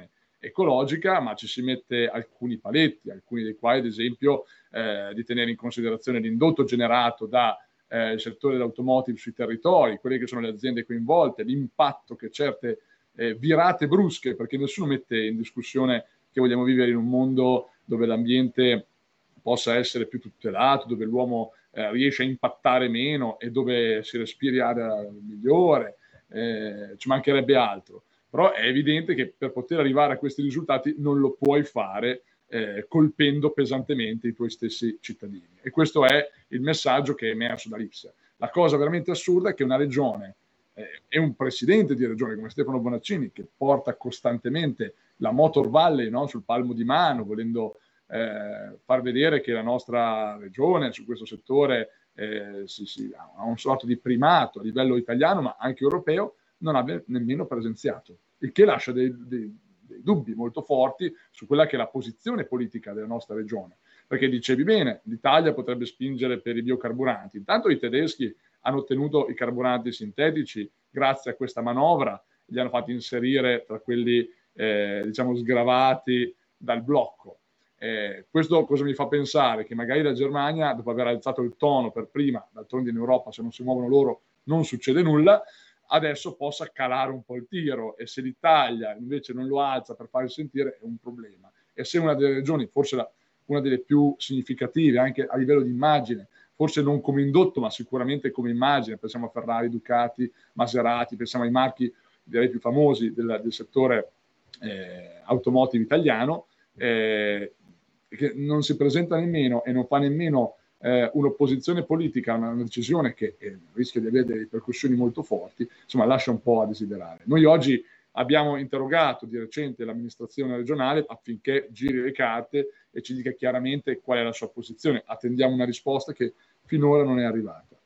Speaker 3: ecologica, ma ci si mette alcuni paletti, alcuni dei quali ad esempio eh, di tenere in considerazione l'indotto generato da eh, il settore dell'automotive sui territori, quelle che sono le aziende coinvolte, l'impatto che certe eh, virate brusche, perché nessuno mette in discussione che vogliamo vivere in un mondo dove l'ambiente possa essere più tutelato, dove l'uomo eh, riesce a impattare meno e dove si respiri aria migliore, eh, ci mancherebbe altro. Però è evidente che per poter arrivare a questi risultati non lo puoi fare eh, colpendo pesantemente i tuoi stessi cittadini. E questo è il messaggio che è emerso dall'Ipsia. La cosa veramente assurda è che una regione eh, e un presidente di regione come Stefano Bonaccini, che porta costantemente la Motor Valley, no, sul palmo di mano, volendo eh, far vedere che la nostra regione su questo settore eh, si, si, ha un sorto di primato a livello italiano ma anche europeo, non abbia nemmeno presenziato, il che lascia dei, dei, dei dubbi molto forti su quella che è la posizione politica della nostra regione. Perché dicevi bene, l'Italia potrebbe spingere per i biocarburanti. Intanto i tedeschi hanno ottenuto i carburanti sintetici grazie a questa manovra, li hanno fatti inserire tra quelli eh, diciamo sgravati dal blocco. Eh, questo cosa mi fa pensare? Che magari la Germania, dopo aver alzato il tono per prima, d'altronde in Europa se non si muovono loro non succede nulla, adesso possa calare un po' il tiro, e se l'Italia invece non lo alza per farsi sentire è un problema. E se una delle regioni, forse la, una delle più significative anche a livello di immagine, forse non come indotto ma sicuramente come immagine, pensiamo a Ferrari, Ducati, Maserati, pensiamo ai marchi direi più famosi del, del settore eh, automotive italiano, eh, che non si presenta nemmeno e non fa nemmeno eh, un'opposizione politica, una decisione che eh, rischia di avere delle ripercussioni molto forti, insomma lascia un po' a desiderare. Noi oggi abbiamo interrogato di recente l'amministrazione regionale affinché giri le carte e ci dica chiaramente qual è la sua posizione. Attendiamo una risposta che finora non è arrivata.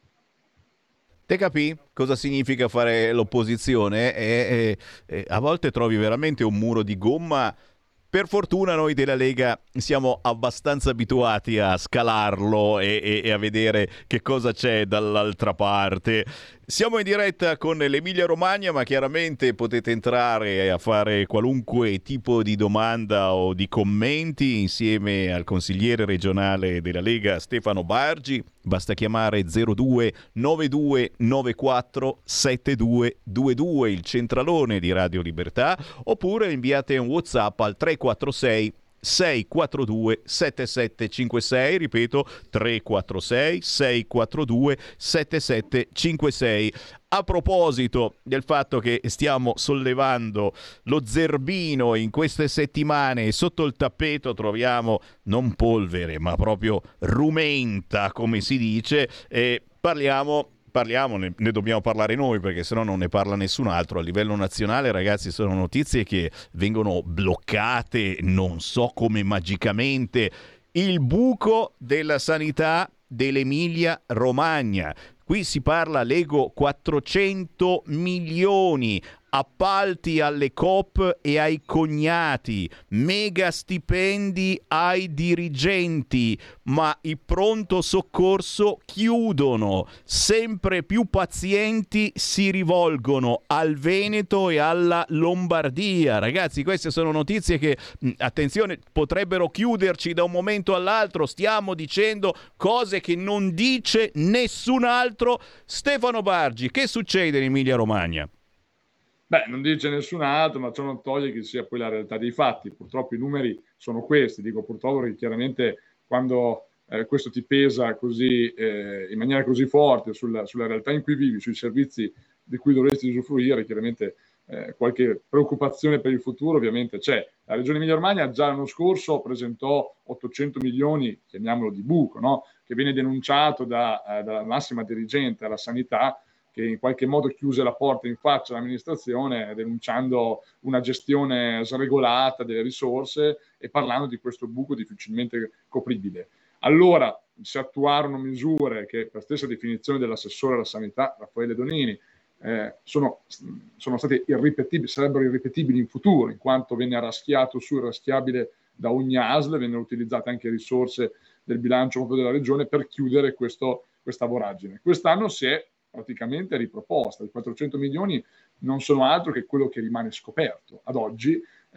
Speaker 2: Te capì cosa significa fare l'opposizione? E, e, e a volte trovi veramente un muro di gomma. Per fortuna noi della Lega siamo abbastanza abituati a scalarlo e, e, e a vedere che cosa c'è dall'altra parte. Siamo in diretta con l'Emilia Romagna, ma chiaramente potete entrare a fare qualunque tipo di domanda o di commenti insieme al consigliere regionale della Lega Stefano Bargi. Basta chiamare zero due nove due nove quattro sette due due due, il centralone di Radio Libertà, oppure inviate un WhatsApp al tre quattro sei sei quattro due sette sette cinque sei, ripeto tre quattro sei sei quattro due sette sette cinque sei. A proposito del fatto che stiamo sollevando lo zerbino in queste settimane e sotto il tappeto troviamo non polvere ma proprio rumenta, come si dice, e parliamo Parliamo, ne, ne dobbiamo parlare noi perché sennò non ne parla nessun altro. A livello nazionale, ragazzi, sono notizie che vengono bloccate, non so come magicamente. Il buco della sanità dell'Emilia Romagna. Qui si parla, leggo, quattrocento milioni, appalti alle coop e ai cognati, mega stipendi ai dirigenti, ma i pronto soccorso chiudono, sempre più pazienti si rivolgono al Veneto e alla Lombardia. Ragazzi, queste sono notizie che, attenzione, potrebbero chiuderci da un momento all'altro. Stiamo dicendo cose che non dice nessun altro. Stefano Bargi, che succede in Emilia Romagna?
Speaker 3: Beh, non dice nessun altro, ma ciò non toglie che sia poi la realtà dei fatti. Purtroppo i numeri sono questi. Dico purtroppo perché chiaramente quando eh, questo ti pesa così eh, in maniera così forte sulla, sulla realtà in cui vivi, sui servizi di cui dovresti usufruire, chiaramente eh, qualche preoccupazione per il futuro ovviamente c'è. La Regione Emilia-Romagna già l'anno scorso presentò ottocento milioni, chiamiamolo di buco, no? Che viene denunciato da, eh, dalla massima dirigente alla sanità, che in qualche modo chiuse la porta in faccia all'amministrazione denunciando una gestione sregolata delle risorse e parlando di questo buco difficilmente copribile. Allora si attuarono misure che, per stessa definizione dell'assessore alla sanità Raffaele Donini, eh, sono, sono state irripetibili, sarebbero irripetibili in futuro, in quanto venne raschiato su, raschiabile da ogni A S L, vennero utilizzate anche risorse del bilancio proprio della regione per chiudere questo, questa voragine. Quest'anno si è praticamente riproposta. I quattrocento milioni non sono altro che quello che rimane scoperto ad oggi,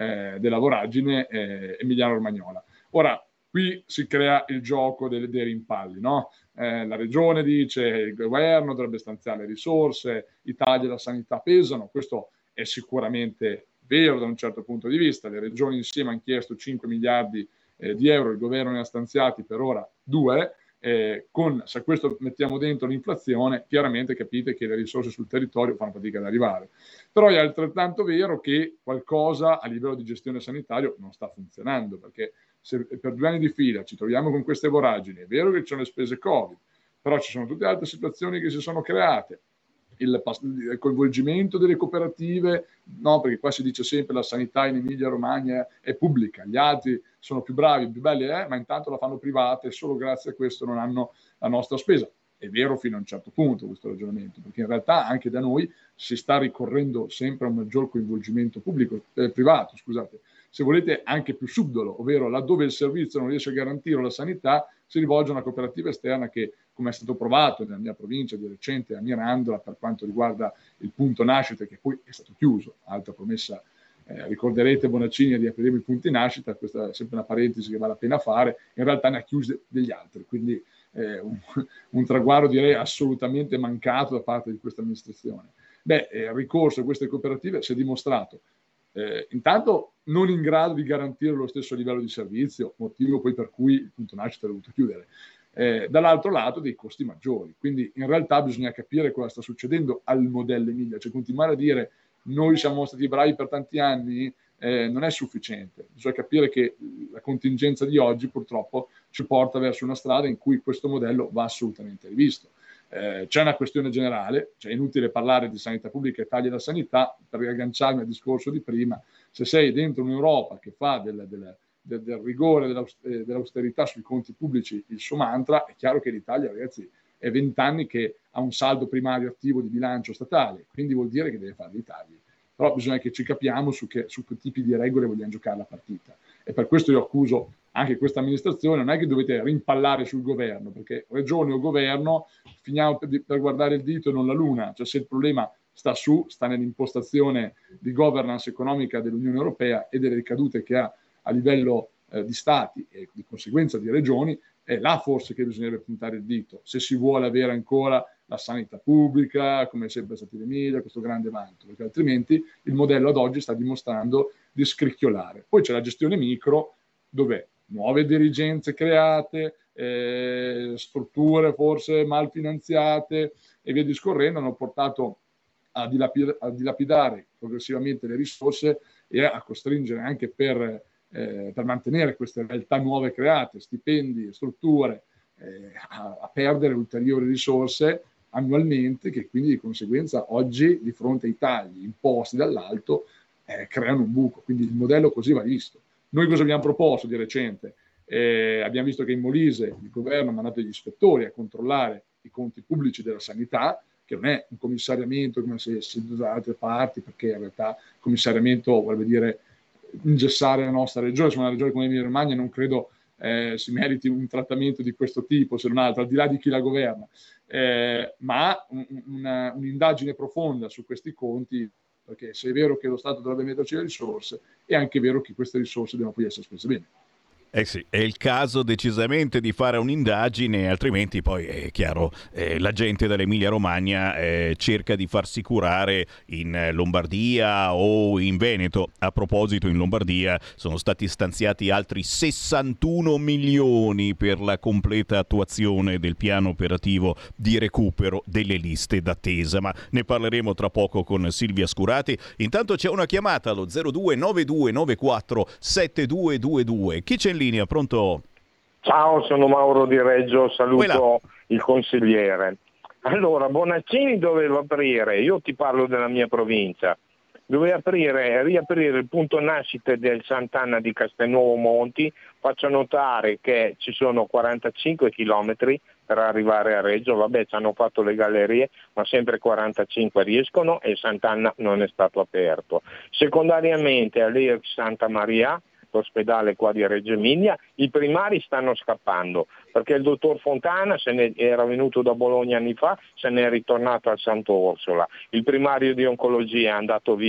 Speaker 3: eh, della voragine eh, emiliano-romagnola. Ora, qui si crea il gioco dei, dei rimpalli, no? Eh, la regione dice il governo dovrebbe stanziare risorse, i tagli alla sanità pesano, questo è sicuramente vero da un certo punto di vista, le regioni insieme hanno chiesto cinque miliardi eh, di euro, il governo ne ha stanziati per ora due, eh, con, se a questo mettiamo dentro l'inflazione, chiaramente capite che le risorse sul territorio fanno fatica ad arrivare. Però è altrettanto vero che qualcosa a livello di gestione sanitario non sta funzionando, perché se per due anni di fila ci troviamo con queste voragini, è vero che ci sono le spese Covid, però ci sono tutte altre situazioni che si sono create, il, il coinvolgimento delle cooperative, no, perché qua si dice sempre la sanità in Emilia-Romagna è pubblica, gli altri sono più bravi, più belli, eh, ma intanto la fanno privata e solo grazie a questo non hanno la nostra spesa. È vero fino a un certo punto questo ragionamento, perché in realtà anche da noi si sta ricorrendo sempre a un maggior coinvolgimento pubblico, eh, privato, scusate, se volete anche più subdolo, ovvero laddove il servizio non riesce a garantire la sanità, si rivolge a una cooperativa esterna che, come è stato provato nella mia provincia di recente a Mirandola per quanto riguarda il punto nascita, che poi è stato chiuso, altra promessa, eh, ricorderete Bonaccini di aprire i punti nascita, questa è sempre una parentesi che vale la pena fare, in realtà ne ha chiuse degli altri, quindi eh, un, un traguardo direi assolutamente mancato da parte di questa amministrazione. Beh, eh, il ricorso a queste cooperative si è dimostrato Eh, intanto non in grado di garantire lo stesso livello di servizio, motivo poi per cui il punto nascita ha dovuto chiudere, eh, dall'altro lato dei costi maggiori, quindi in realtà bisogna capire cosa sta succedendo al modello Emilia, cioè continuare a dire noi siamo stati bravi per tanti anni eh, non è sufficiente, bisogna capire che la contingenza di oggi purtroppo ci porta verso una strada in cui questo modello va assolutamente rivisto. Eh, c'è una questione generale, cioè è inutile parlare di sanità pubblica e tagli alla sanità per riagganciarmi al discorso di prima, se sei dentro un'Europa che fa del, del, del, del rigore, dell'austerità sui conti pubblici il suo mantra, è chiaro che l'Italia, ragazzi, è vent'anni che ha un saldo primario attivo di bilancio statale, quindi vuol dire che deve fare dei tagli. Però bisogna che ci capiamo su che, su che tipi di regole vogliamo giocare la partita. E per questo io accuso anche questa amministrazione, non è che dovete rimpallare sul governo, perché regione o governo finiamo per, per guardare il dito e non la luna, cioè se il problema sta su, sta nell'impostazione di governance economica dell'Unione Europea e delle ricadute che ha a livello eh, di stati e di conseguenza di regioni, è là forse che bisognerebbe puntare il dito, se si vuole avere ancora la sanità pubblica, come è sempre stato in Emilia, questo grande vanto, perché altrimenti il modello ad oggi sta dimostrando di scricchiolare. Poi c'è la gestione micro, dove nuove dirigenze create, eh, strutture forse mal finanziate e via discorrendo hanno portato a, dilapid- a dilapidare progressivamente le risorse e a costringere anche per, eh, per mantenere queste realtà nuove create, stipendi, strutture, eh, a, a perdere ulteriori risorse annualmente, che quindi di conseguenza oggi di fronte ai tagli imposti dall'alto eh, creano un buco, quindi il modello così va visto. Noi cosa abbiamo proposto di recente? Eh, abbiamo visto che in Molise il governo ha mandato gli ispettori a controllare i conti pubblici della sanità, che non è un commissariamento come se si da altre parti, perché in realtà il commissariamento vuol dire ingessare la nostra regione, se una regione come Emilia Romagna non credo eh, si meriti un trattamento di questo tipo, se non altro, al di là di chi la governa, eh, ma un, una, un'indagine profonda su questi conti, perché se è vero che lo Stato dovrebbe metterci le risorse, è anche vero che queste risorse devono poi essere spese bene.
Speaker 2: Eh sì, è il caso decisamente di fare un'indagine, altrimenti poi è chiaro, eh, la gente dell'Emilia Romagna eh, cerca di farsi curare in Lombardia o in Veneto. A proposito, in Lombardia sono stati stanziati altri sessantuno milioni per la completa attuazione del piano operativo di recupero delle liste d'attesa, ma ne parleremo tra poco con Silvia Scurati. Intanto c'è una chiamata allo zero due nove due nove quattro sette due due due. Chi c'è in linea? Pronto?
Speaker 10: Ciao, sono Mauro di Reggio, saluto Quella. il consigliere. Allora, Bonaccini doveva aprire, io ti parlo della mia provincia, doveva aprire, riaprire il punto nascita del Sant'Anna di Castelnuovo Monti. Faccio notare che ci sono quarantacinque chilometri per arrivare a Reggio, vabbè ci hanno fatto le gallerie, ma sempre quarantacinque riescono e Sant'Anna non è stato aperto. Secondariamente all'E I R C Santa Maria, l'ospedale qua di Reggio Emilia, i primari stanno scappando perché il dottor Fontana se ne era venuto da Bologna anni fa, se ne è ritornato al Santo Orsola, il primario di oncologia è andato via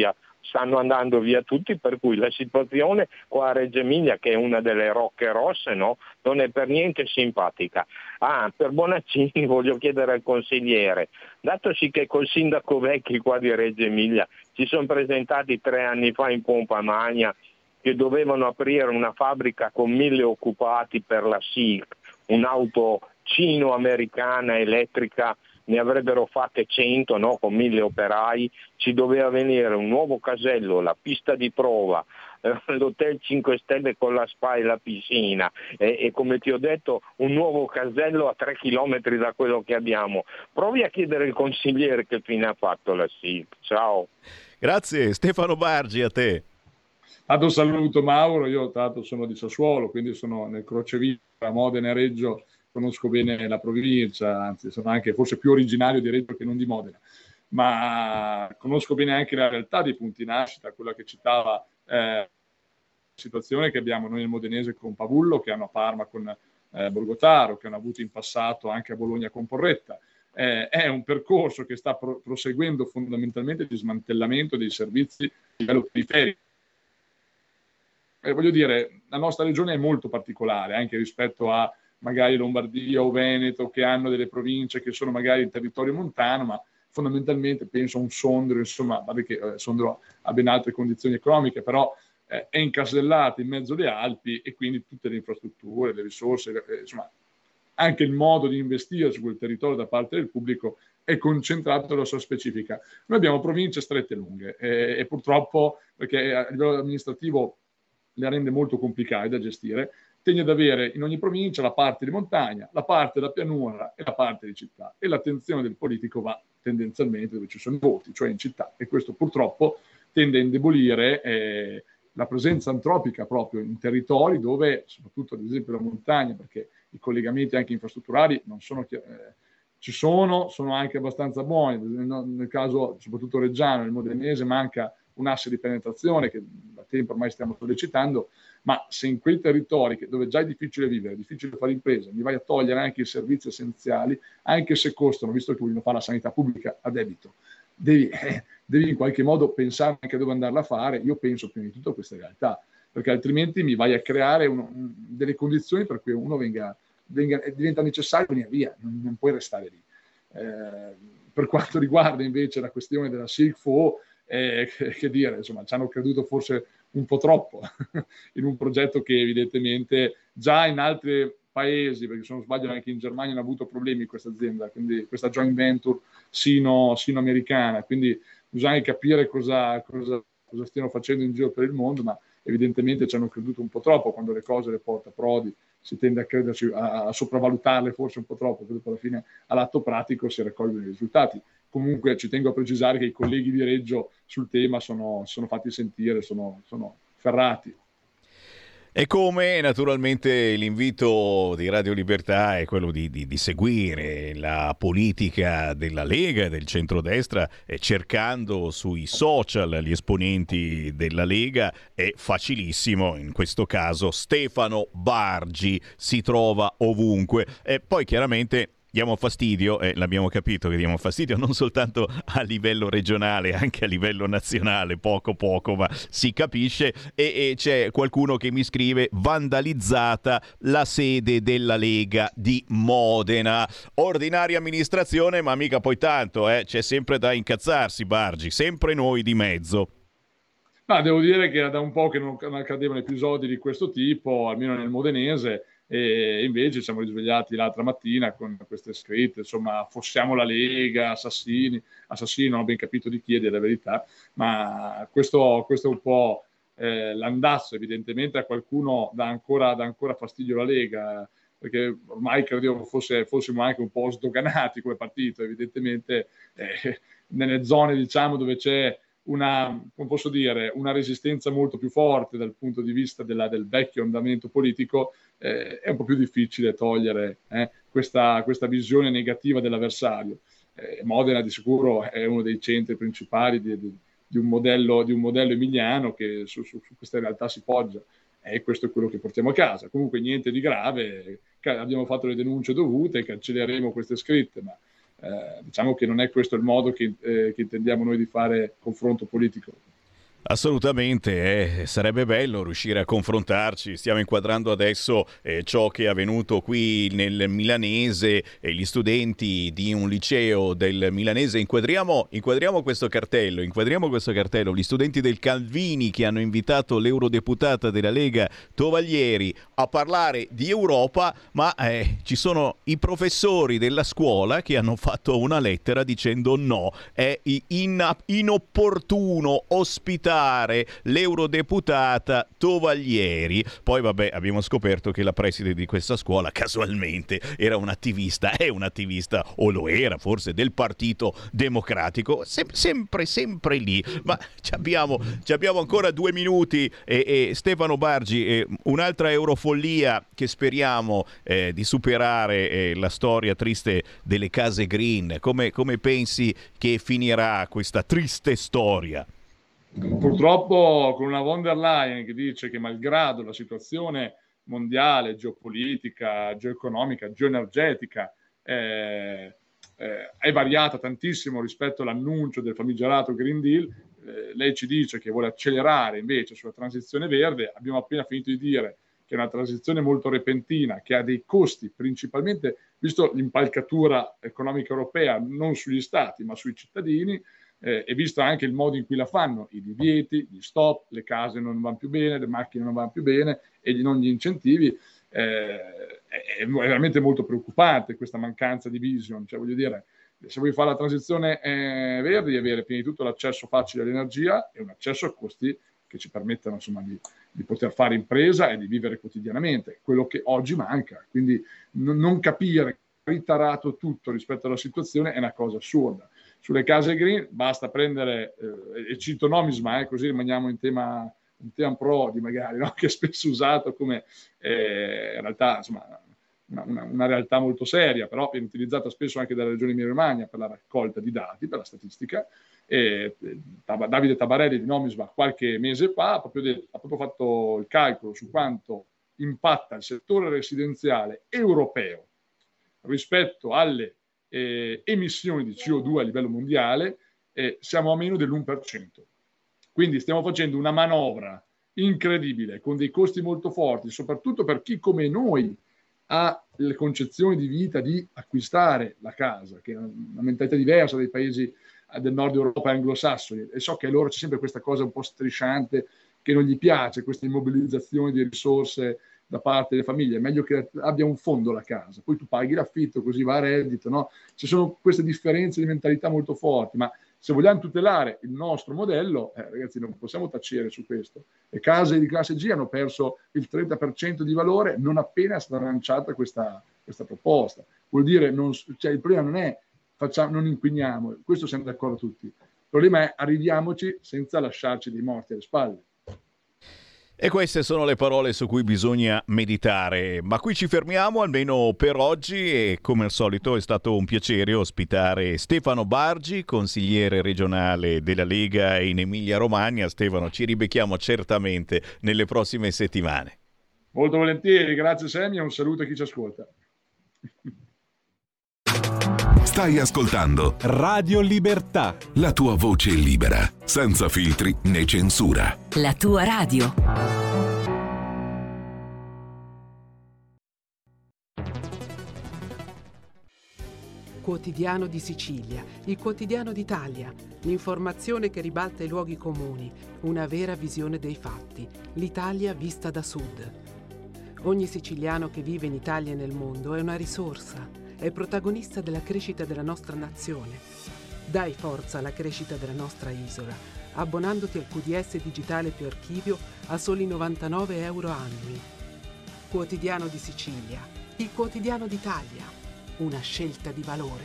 Speaker 10: stanno andando via tutti, per cui la situazione qua a Reggio Emilia, che è una delle rocche rosse, no, non è per niente simpatica. Ah, per Bonaccini voglio chiedere al consigliere, datosi che col sindaco Vecchi qua di Reggio Emilia ci sono presentati tre anni fa in pompa magna che dovevano aprire una fabbrica con mille occupati per la S I C, un'auto cino-americana elettrica, ne avrebbero fatte cento, no? Con mille operai, ci doveva venire un nuovo casello, la pista di prova, eh, l'hotel cinque stelle con la spa e la piscina e, e come ti ho detto un nuovo casello a tre chilometri da quello che abbiamo. Provi a chiedere al consigliere che fine ha fatto la S I C. Ciao.
Speaker 2: Grazie Stefano Bargi, a te.
Speaker 3: Tanto saluto Mauro, io tanto sono di Sassuolo, quindi sono nel crocevia, Modena e Reggio, conosco bene la provincia, anzi sono anche forse più originario di Reggio che non di Modena, ma conosco bene anche la realtà dei punti nascita, quella che citava eh, la situazione che abbiamo noi nel Modenese con Pavullo, che hanno a Parma con eh, Borgotaro, che hanno avuto in passato anche a Bologna con Porretta. Eh, è un percorso che sta pro- proseguendo fondamentalmente di smantellamento dei servizi a livello periferico. Eh, voglio dire, la nostra regione è molto particolare, anche rispetto a magari Lombardia o Veneto, che hanno delle province che sono magari in territorio montano, ma fondamentalmente penso a un Sondrio, insomma, vabbè che eh, Sondrio ha ben altre condizioni economiche, però eh, è incasellato in mezzo alle Alpi e quindi tutte le infrastrutture, le risorse, eh, insomma, anche il modo di investire su quel territorio da parte del pubblico è concentrato nella sua specifica. Noi abbiamo province strette e lunghe eh, e purtroppo, perché a livello amministrativo le rende molto complicate da gestire, tende ad avere in ogni provincia la parte di montagna, la parte da pianura e la parte di città, e l'attenzione del politico va tendenzialmente dove ci sono i voti, cioè in città, e questo purtroppo tende a indebolire eh, la presenza antropica proprio in territori dove, soprattutto ad esempio la montagna, perché i collegamenti anche infrastrutturali non sono eh, ci sono, sono anche abbastanza buoni, nel, nel caso soprattutto reggiano, nel modenese manca un asse di penetrazione che da tempo ormai stiamo sollecitando, ma se in quei territori che, dove già è difficile vivere, è difficile fare impresa, mi vai a togliere anche i servizi essenziali, anche se costano, visto che vogliono fare la sanità pubblica a debito, devi, eh, devi in qualche modo pensare anche dove andarla a fare. Io penso prima di tutto a queste realtà, perché altrimenti mi vai a creare uno, un, delle condizioni per cui uno venga, venga diventa necessario venire via, non, non puoi restare lì. Eh, per quanto riguarda invece la questione della S I C F O, Eh, che, che dire, insomma, ci hanno creduto forse un po' troppo in un progetto che evidentemente già in altri paesi, perché se non sbaglio anche in Germania hanno avuto problemi questa azienda, quindi questa joint venture sino, sino americana, quindi bisogna capire cosa, cosa, cosa stiano facendo in giro per il mondo, ma evidentemente ci hanno creduto un po' troppo. Quando le cose le porta Prodi si tende a crederci, a, a sopravvalutarle forse un po' troppo, poi alla fine all'atto pratico si raccolgono i risultati. Comunque ci tengo a precisare che i colleghi di Reggio sul tema sono, sono fatti sentire, sono, sono ferrati.
Speaker 2: E come naturalmente l'invito di Radio Libertà è quello di, di, di seguire la politica della Lega e del centrodestra, eh, cercando sui social gli esponenti della Lega. È facilissimo, in questo caso Stefano Bargi si trova ovunque. E poi chiaramente diamo fastidio, e eh, l'abbiamo capito che diamo fastidio non soltanto a livello regionale, anche a livello nazionale, poco poco, ma si capisce. E, e c'è qualcuno che mi scrive: vandalizzata la sede della Lega di Modena. Ordinaria amministrazione, ma mica poi tanto, eh? C'è sempre da incazzarsi, Bargi, sempre noi di mezzo.
Speaker 3: No, devo dire che era da un po' che non accadevano episodi di questo tipo, almeno nel modenese, e invece ci siamo risvegliati l'altra mattina con queste scritte, insomma, fossiamo la Lega, assassini, assassini non ho ben capito di chi, è la verità, ma questo, questo è un po' eh, l'andazzo. Evidentemente a qualcuno dà ancora, dà ancora fastidio la Lega, perché ormai credevo fosse, fossimo anche un po' sdoganati come partito, evidentemente eh, nelle zone, diciamo, dove c'è una, come posso dire, una resistenza molto più forte dal punto di vista della, del vecchio andamento politico, eh, è un po' più difficile togliere eh, questa, questa visione negativa dell'avversario. Eh, Modena di sicuro è uno dei centri principali di, di, di, un, modello, di un modello emiliano che su, su, su queste realtà si poggia, e questo è quello che portiamo a casa. Comunque niente di grave, abbiamo fatto le denunce dovute, cancelleremo queste scritte, ma Eh, diciamo che non è questo il modo che, eh, che intendiamo noi di fare confronto politico.
Speaker 2: Assolutamente, eh, sarebbe bello riuscire a confrontarci. Stiamo inquadrando adesso eh, ciò che è avvenuto qui nel Milanese e gli studenti di un liceo del Milanese. Inquadriamo, inquadriamo questo cartello, inquadriamo questo cartello. Gli studenti del Calvini che hanno invitato l'eurodeputata della Lega Tovaglieri a parlare di Europa, ma eh, ci sono i professori della scuola che hanno fatto una lettera dicendo no, è in- inopportuno ospitare l'eurodeputata Tovaglieri. Poi vabbè, abbiamo scoperto che la preside di questa scuola casualmente era un'attivista, è un'attivista, o lo era forse, del Partito Democratico, Sem- sempre sempre lì. Ma ci abbiamo, ci abbiamo ancora due minuti e, e Stefano Bargi, eh, un'altra eurofollia che speriamo eh, di superare, eh, la storia triste delle case green. Come, come pensi che finirà questa triste storia?
Speaker 3: Purtroppo con una von der Leyen che dice che malgrado la situazione mondiale, geopolitica, geoeconomica, geoenergetica eh, eh, è variata tantissimo rispetto all'annuncio del famigerato Green Deal, eh, lei ci dice che vuole accelerare invece sulla transizione verde. Abbiamo appena finito di dire che è una transizione molto repentina, che ha dei costi, principalmente visto l'impalcatura economica europea, non sugli stati ma sui cittadini. Eh, e visto anche il modo in cui la fanno, i divieti, gli stop, le case non vanno più bene, le macchine non vanno più bene e non gli incentivi, eh, è veramente molto preoccupante questa mancanza di vision. Cioè, voglio dire, se vuoi fare la transizione eh, verde, devi avere prima di tutto l'accesso facile all'energia e un accesso a costi che ci permettano, insomma, di, di poter fare impresa e di vivere quotidianamente, quello che oggi manca. Quindi n- non capire ritarato tutto rispetto alla situazione è una cosa assurda. Sulle case green basta prendere, eh, e cito Nomisma, eh, così rimaniamo in tema, in tema Prodi magari, no? Che è spesso usato come eh, in realtà, insomma, una, una, una realtà molto seria, però viene utilizzata spesso anche dalla Regione Emilia-Romagna per la raccolta di dati, per la statistica. E, eh, Davide Tabarelli di Nomisma qualche mese fa ha proprio, detto, ha proprio fatto il calcolo su quanto impatta il settore residenziale europeo rispetto alle Eh, emissioni di C O due a livello mondiale, eh, siamo a meno dell'uno per cento. Quindi stiamo facendo una manovra incredibile con dei costi molto forti, soprattutto per chi come noi ha le concezioni di vita di acquistare la casa, che è una mentalità diversa dei paesi del nord Europa e anglosassoni, e so che a loro c'è sempre questa cosa un po' strisciante che non gli piace, questa immobilizzazione di risorse da parte delle famiglie. È meglio che abbia un fondo la casa, poi tu paghi l'affitto, così va a reddito, no? Ci sono queste differenze di mentalità molto forti, ma se vogliamo tutelare il nostro modello, eh, ragazzi, non possiamo tacere su questo. Le case di classe G hanno perso il trenta per cento di valore non appena è stata lanciata questa, questa proposta. Vuol dire, non, cioè, il problema non è facciamo, non inquiniamo, questo siamo d'accordo tutti. Il problema è arriviamoci senza lasciarci dei morti alle spalle.
Speaker 2: E queste sono le parole su cui bisogna meditare, ma qui ci fermiamo almeno per oggi e come al solito è stato un piacere ospitare Stefano Bargi, consigliere regionale della Lega in Emilia-Romagna. Stefano, ci ribecchiamo certamente nelle prossime settimane.
Speaker 3: Molto volentieri, grazie Sammy e un saluto a chi ci ascolta.
Speaker 7: Stai ascoltando
Speaker 8: Radio Libertà,
Speaker 7: la tua voce libera, senza filtri né censura.
Speaker 11: La tua radio.
Speaker 13: Quotidiano di Sicilia, il quotidiano d'Italia, l'informazione che ribalta i luoghi comuni, una vera visione dei fatti, l'Italia vista da sud. Ogni siciliano che vive in Italia e nel mondo è una risorsa. È protagonista della crescita della nostra nazione. Dai forza alla crescita della nostra isola, abbonandoti al Q D S digitale più archivio a soli novantanove euro annui. Quotidiano di Sicilia, il quotidiano d'Italia, una scelta di valore.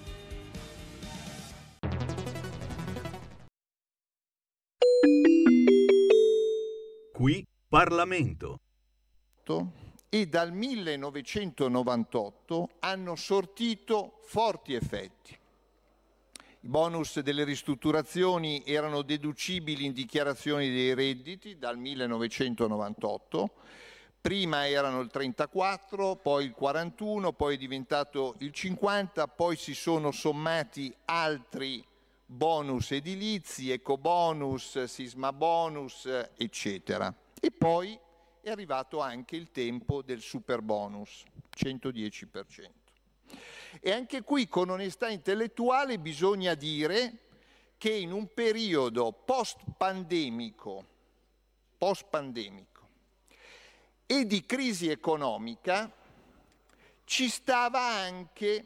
Speaker 2: Qui Parlamento.
Speaker 28: E dal millenovecentonovantotto hanno sortito forti effetti. I bonus delle ristrutturazioni erano deducibili in dichiarazioni dei redditi dal millenovecentonovantotto, prima erano il trentaquattro, poi il quarantuno, poi è diventato il cinquanta, poi si sono sommati altri bonus edilizi, ecobonus, sisma bonus, eccetera. E poi è arrivato anche il tempo del super bonus, centodieci per cento. E anche qui, con onestà intellettuale, bisogna dire che in un periodo post-pandemico, post-pandemico e di crisi economica ci stava anche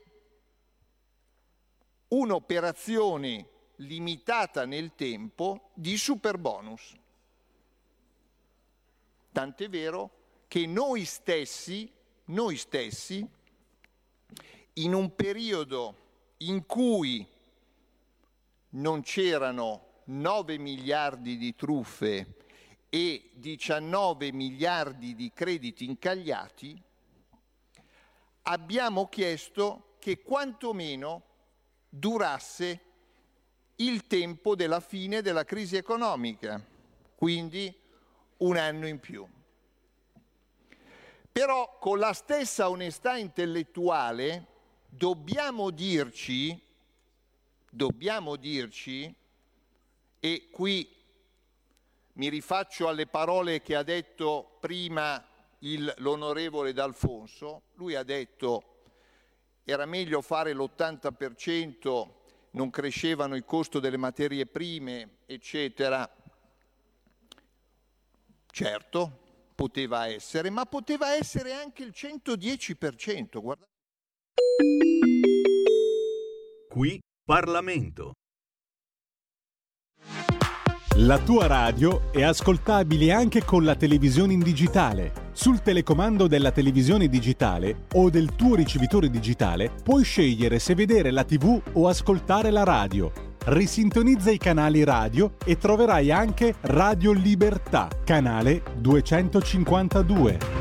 Speaker 28: un'operazione limitata nel tempo di super bonus. Tant'è vero che noi stessi, noi stessi, in un periodo in cui non c'erano nove miliardi di truffe e diciannove miliardi di crediti incagliati, abbiamo chiesto che quantomeno durasse il tempo della fine della crisi economica, quindi un anno in più. Però con la stessa onestà intellettuale dobbiamo dirci, dobbiamo dirci, e qui mi rifaccio alle parole che ha detto prima il, l'onorevole D'Alfonso. Lui ha detto era meglio fare l'ottanta per cento, non crescevano il costo delle materie prime, eccetera. Certo, poteva essere, ma poteva essere anche il centodieci per cento. Guardate.
Speaker 7: Qui Parlamento.
Speaker 8: La tua radio è ascoltabile anche con la televisione in digitale. Sul telecomando della televisione digitale o del tuo ricevitore digitale puoi scegliere se vedere la tivù o ascoltare la radio. Risintonizza i canali radio e troverai anche Radio Libertà, canale duecentocinquantadue.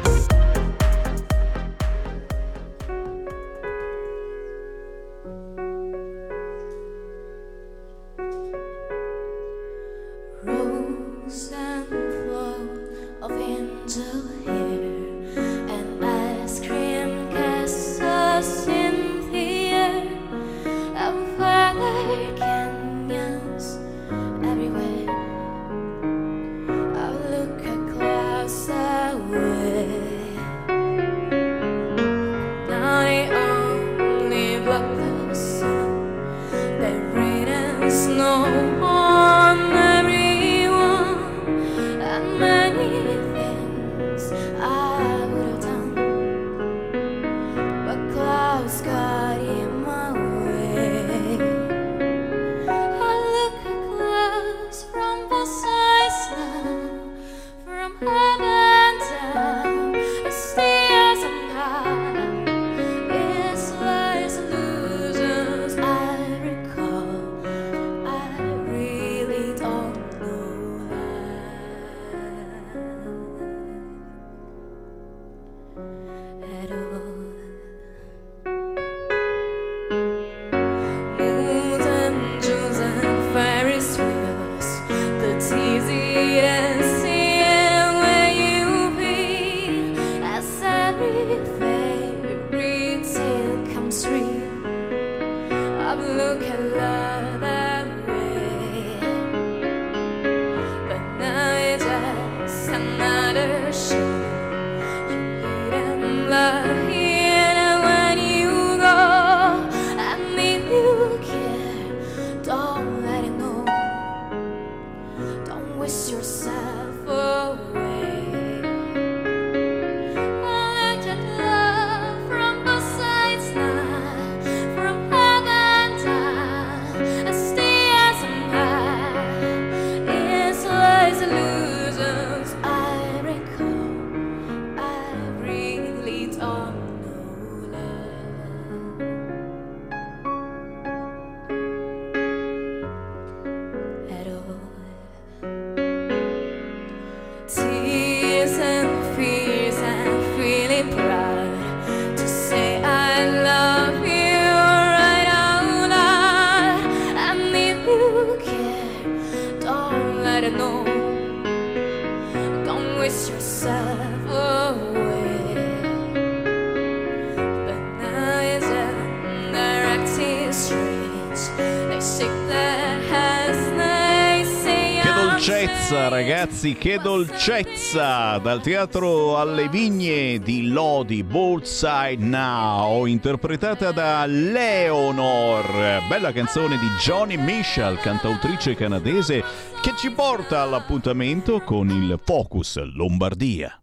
Speaker 2: dolcezza, ragazzi, che dolcezza! Dal Teatro alle Vigne di Lodi, Both Side Now, interpretata da Leonor. Bella canzone di Joni Mitchell, cantautrice canadese, che ci porta all'appuntamento con il Focus Lombardia.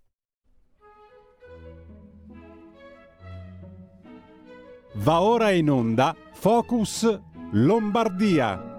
Speaker 8: Va ora in onda Focus Lombardia.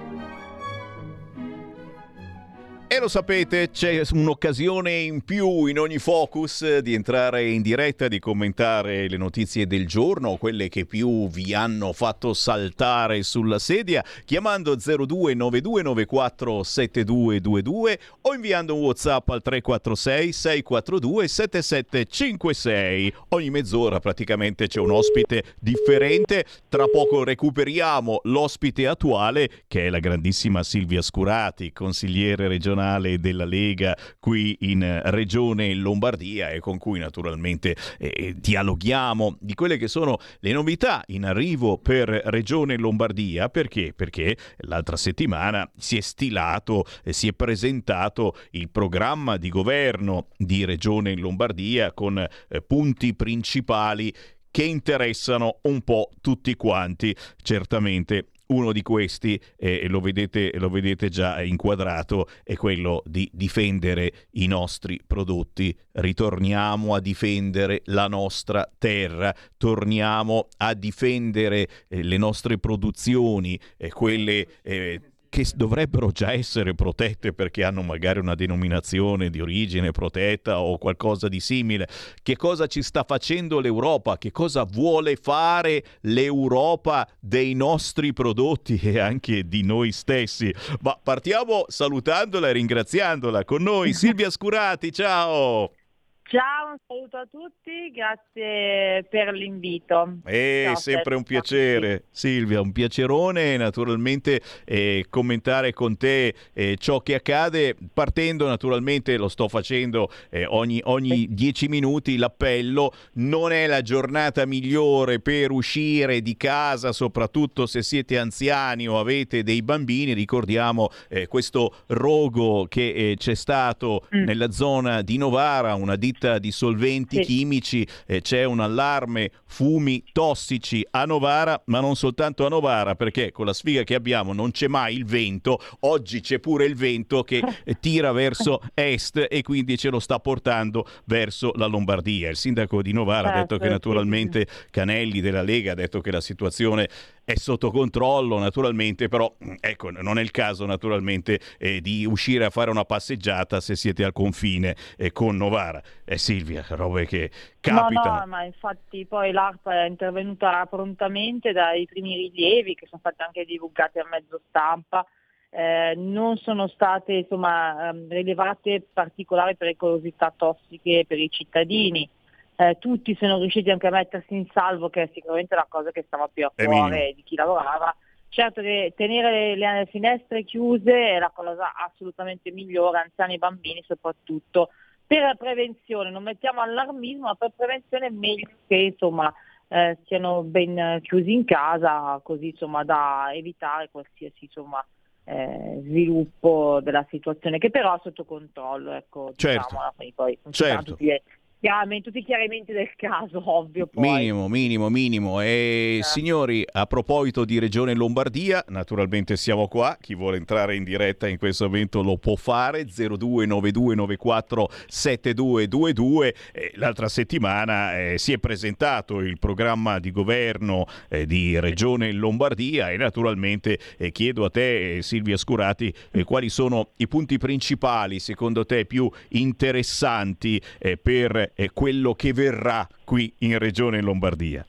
Speaker 2: E lo sapete, c'è un'occasione in più in ogni Focus di entrare in diretta, di commentare le notizie del giorno, quelle che più vi hanno fatto saltare sulla sedia, chiamando zero due nove due nove quattro sette due due due o inviando un WhatsApp al tre quattro sei sei quattro due sette sette cinque sei. Ogni mezz'ora praticamente c'è un ospite differente. Tra poco recuperiamo l'ospite attuale, che è la grandissima Silvia Scurati, consigliere regionale della Lega qui in Regione Lombardia, e con cui naturalmente eh, dialoghiamo di quelle che sono le novità in arrivo per Regione Lombardia. Perché? Perché l'altra settimana si è stilato e si è presentato il programma di governo di Regione Lombardia con eh, punti principali che interessano un po' tutti quanti. Certamente uno di questi, e eh, lo vedete, lo vedete già inquadrato, è quello di difendere i nostri prodotti. Ritorniamo a difendere la nostra terra, torniamo a difendere eh, le nostre produzioni, eh, quelle eh, che dovrebbero già essere protette perché hanno magari una denominazione di origine protetta o qualcosa di simile. Che cosa ci sta facendo l'Europa? Che cosa vuole fare l'Europa dei nostri prodotti e anche di noi stessi? Ma partiamo salutandola e ringraziandola. Con noi Silvia Scurati, ciao!
Speaker 11: Ciao, un saluto a tutti, grazie per l'invito.
Speaker 2: È
Speaker 11: Ciao,
Speaker 2: sempre un
Speaker 11: ciao.
Speaker 2: piacere, Silvia, un piacerone naturalmente eh, commentare con te eh, ciò che accade, partendo naturalmente, lo sto facendo eh, ogni, ogni dieci minuti, l'appello: non è la giornata migliore per uscire di casa, soprattutto se siete anziani o avete dei bambini. Ricordiamo eh, questo rogo che eh, c'è stato mm. nella zona di Novara, una ditta di solventi sì. chimici, eh, c'è un allarme fumi tossici a Novara, ma non soltanto a Novara, perché con la sfiga che abbiamo non c'è mai il vento. Oggi c'è pure il vento che eh, tira verso est e quindi ce lo sta portando verso la Lombardia. Il sindaco di Novara certo, ha detto che naturalmente sì. Canelli della Lega ha detto che la situazione è sotto controllo naturalmente, però ecco, non è il caso naturalmente eh, di uscire a fare una passeggiata se siete al confine eh, con Novara. Eh, Silvia, robe che capitano.
Speaker 11: No, no, ma infatti poi l'ARPA è intervenuta prontamente dai primi rilievi che sono stati anche divulgati a mezzo stampa. Eh, non sono state insomma rilevate particolari pericolosità tossiche per i cittadini. Eh, tutti sono riusciti anche a mettersi in salvo, che è sicuramente la cosa che stava più a cuore di chi lavorava. Certo che tenere le, le finestre chiuse è la cosa assolutamente migliore, anziani e bambini soprattutto. Per la prevenzione, non mettiamo allarmismo, ma per prevenzione è meglio che insomma eh, siano ben chiusi in casa, così insomma da evitare qualsiasi insomma eh, sviluppo della situazione, che però è sotto controllo, ecco,
Speaker 2: certo.
Speaker 11: diciamo, poi non
Speaker 2: certo.
Speaker 11: tutti Chiaramente, tutti i chiarimenti del caso, ovvio. Poi.
Speaker 2: Minimo, minimo, minimo. E eh. signori, a proposito di Regione Lombardia, naturalmente siamo qua. Chi vuole entrare in diretta in questo momento lo può fare. zero due nove due nove quattro sette due due due. Eh, l'altra settimana eh, si è presentato il programma di governo eh, di Regione Lombardia e naturalmente eh, chiedo a te, eh, Silvia Scurati, eh, quali sono i punti principali, secondo te, più interessanti eh, per è quello che verrà qui in Regione Lombardia?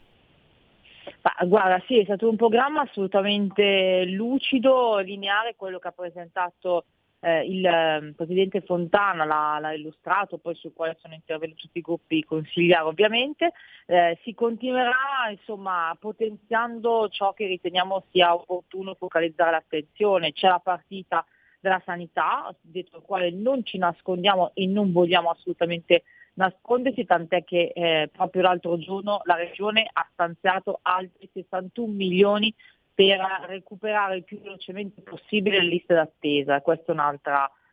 Speaker 11: Ma, guarda, sì, è stato un programma assolutamente lucido, lineare, quello che ha presentato eh, il eh, Presidente Fontana, l'ha, l'ha illustrato, poi sul quale sono intervenuti tutti i gruppi consigliari ovviamente. Eh, si continuerà insomma potenziando ciò che riteniamo sia opportuno focalizzare l'attenzione. C'è la partita della sanità, dietro il quale non ci nascondiamo e non vogliamo assolutamente nascondersi, tant'è che eh, proprio l'altro giorno la Regione ha stanziato altri sessantuno milioni per recuperare il più velocemente possibile le liste d'attesa. Questa è un'altra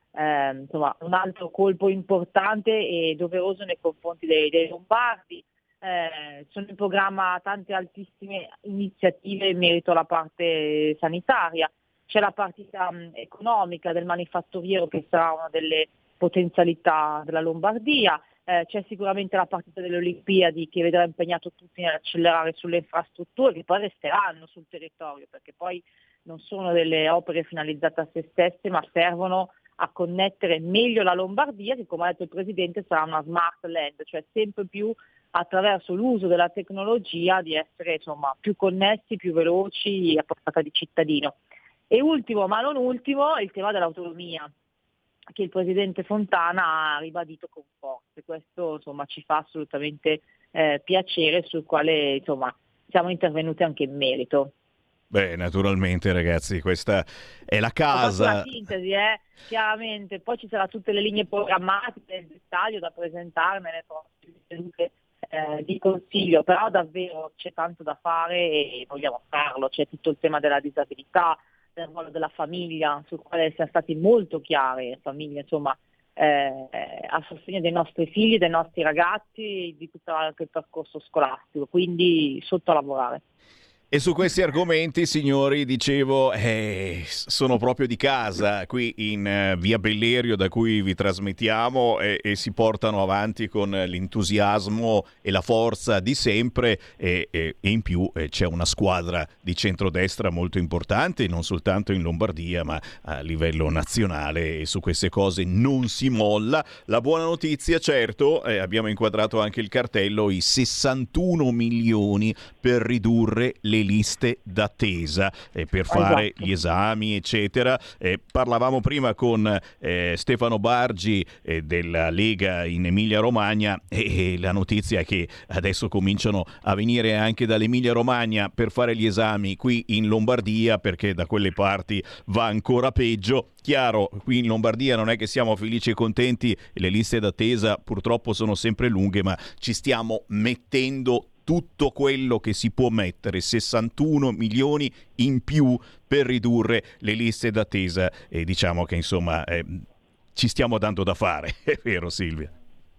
Speaker 11: eh, insomma, un altro colpo importante e doveroso nei confronti dei, dei lombardi. Eh, sono in programma tante altissime iniziative in merito alla parte sanitaria. C'è la partita mh, economica del manifatturiero che sarà una delle potenzialità della Lombardia, eh, c'è sicuramente la partita delle Olimpiadi che vedrà impegnato tutti nell'accelerare sulle infrastrutture che poi resteranno sul territorio, perché poi non sono delle opere finalizzate a se stesse, ma servono a connettere meglio la Lombardia, che come ha detto il Presidente sarà una smart land, cioè sempre più attraverso l'uso della tecnologia di essere insomma più connessi, più veloci a portata di cittadino. E ultimo, ma non ultimo, il tema dell'autonomia, che il Presidente Fontana ha ribadito con forza. Questo insomma ci fa assolutamente eh, piacere, sul quale insomma siamo intervenuti anche in merito.
Speaker 2: Beh, naturalmente ragazzi, questa è la casa.
Speaker 11: La sintesi, eh, chiaramente, poi ci saranno tutte le linee programmatiche nel dettaglio da presentare nelle prossime sedute eh, di consiglio, però davvero c'è tanto da fare e vogliamo farlo. C'è tutto il tema della disabilità, del ruolo della famiglia, sul quale siamo stati molto chiari, famiglia insomma eh, a sostegno dei nostri figli, dei nostri ragazzi, di tutto anche il percorso scolastico, quindi sotto a lavorare.
Speaker 2: E su questi argomenti, signori, dicevo, eh, sono proprio di casa, qui in eh, via Bellerio, da cui vi trasmettiamo, e, e si portano avanti con l'entusiasmo e la forza di sempre, e, e, e in più eh, c'è una squadra di centrodestra molto importante, non soltanto in Lombardia, ma a livello nazionale, e su queste cose non si molla. La buona notizia, certo, eh, abbiamo inquadrato anche il cartello, i sessantuno milioni per ridurre le liste d'attesa eh, per fare
Speaker 14: esatto.
Speaker 2: gli esami eccetera. Eh, parlavamo prima con eh, Stefano Bargi eh, della Lega in Emilia Romagna e, e la notizia è che adesso cominciano a venire anche dall'Emilia Romagna per fare gli esami qui in Lombardia, perché da quelle parti va ancora peggio. Chiaro, qui in Lombardia non è che siamo felici e contenti, le liste d'attesa purtroppo sono sempre lunghe, ma ci stiamo mettendo tutto quello che si può mettere, sessantuno milioni in più per ridurre le liste d'attesa, e diciamo che insomma eh, ci stiamo dando da fare, è vero Silvia?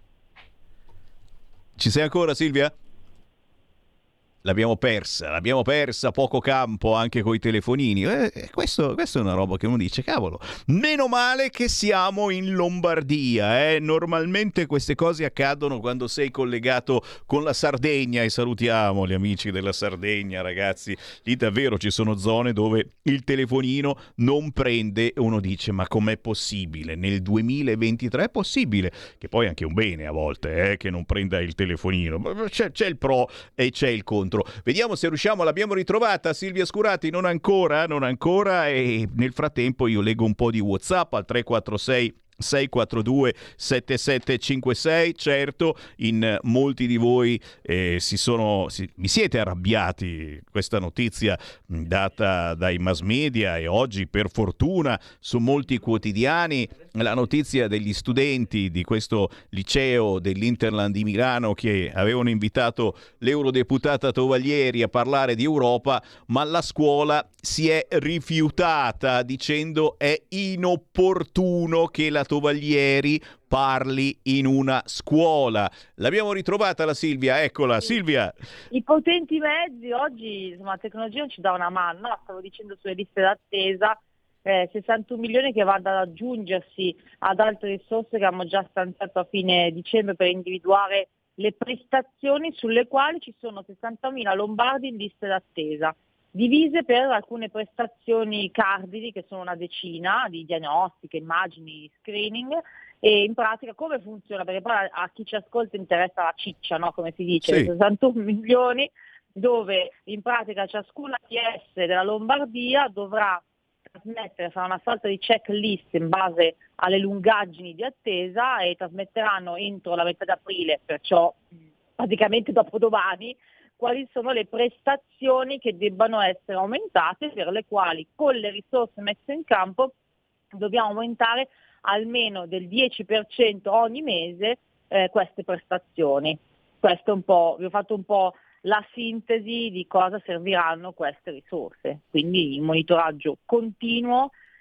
Speaker 2: Ci sei ancora Silvia? L'abbiamo persa, l'abbiamo persa, poco campo anche coi telefonini. Eh, questo, questo è una roba che uno dice, cavolo, meno male che siamo in Lombardia. Eh? Normalmente queste cose accadono quando sei collegato con la Sardegna, e salutiamo gli amici della Sardegna, ragazzi. Lì davvero ci sono zone dove il telefonino non prende, e uno dice, ma com'è possibile? Nel duemilaventitré è possibile, che poi è anche un bene a volte, eh, che non prenda il telefonino. C'è, c'è il pro e c'è il contro. Vediamo se riusciamo, l'abbiamo ritrovata Silvia Scurati, non ancora, non ancora, e nel frattempo io leggo un po' di WhatsApp al tre quattro sei sei quattro due sette sette cinque sei. Certo, in molti di voi eh, si sono si, vi siete arrabbiati questa notizia data dai mass media, e oggi per fortuna su molti quotidiani la notizia degli studenti di questo liceo dell'Interland di Milano che avevano invitato l'eurodeputata Tovaglieri a parlare di Europa, ma la scuola si è rifiutata dicendo è inopportuno che la Tovaglieri parli in una scuola. L'abbiamo ritrovata la Silvia, eccola Silvia.
Speaker 11: I potenti mezzi oggi, insomma, la tecnologia non ci dà una mano, no? Stavo dicendo sulle liste d'attesa, eh, sessantuno milioni che vanno ad aggiungersi ad altre risorse che abbiamo già stanziato a fine dicembre per individuare le prestazioni sulle quali ci sono sessantamila lombardi in liste d'attesa, divise per alcune prestazioni cardini, che sono una decina, di diagnostiche, immagini, screening. E in pratica come funziona? Perché poi a, a chi ci ascolta interessa la ciccia, no? Come si dice, sì. sessantuno milioni, dove in pratica ciascuna A T S della Lombardia dovrà trasmettere, farà una sorta di checklist in base alle lungaggini di attesa, e trasmetteranno entro la metà d'aprile, perciò praticamente dopodomani, quali sono le prestazioni che debbano essere aumentate, per le quali con le risorse messe in campo dobbiamo aumentare almeno del dieci per cento ogni mese eh, queste prestazioni. Questo è un po', vi ho fatto un po' la sintesi di cosa serviranno queste risorse, quindi il monitoraggio continuo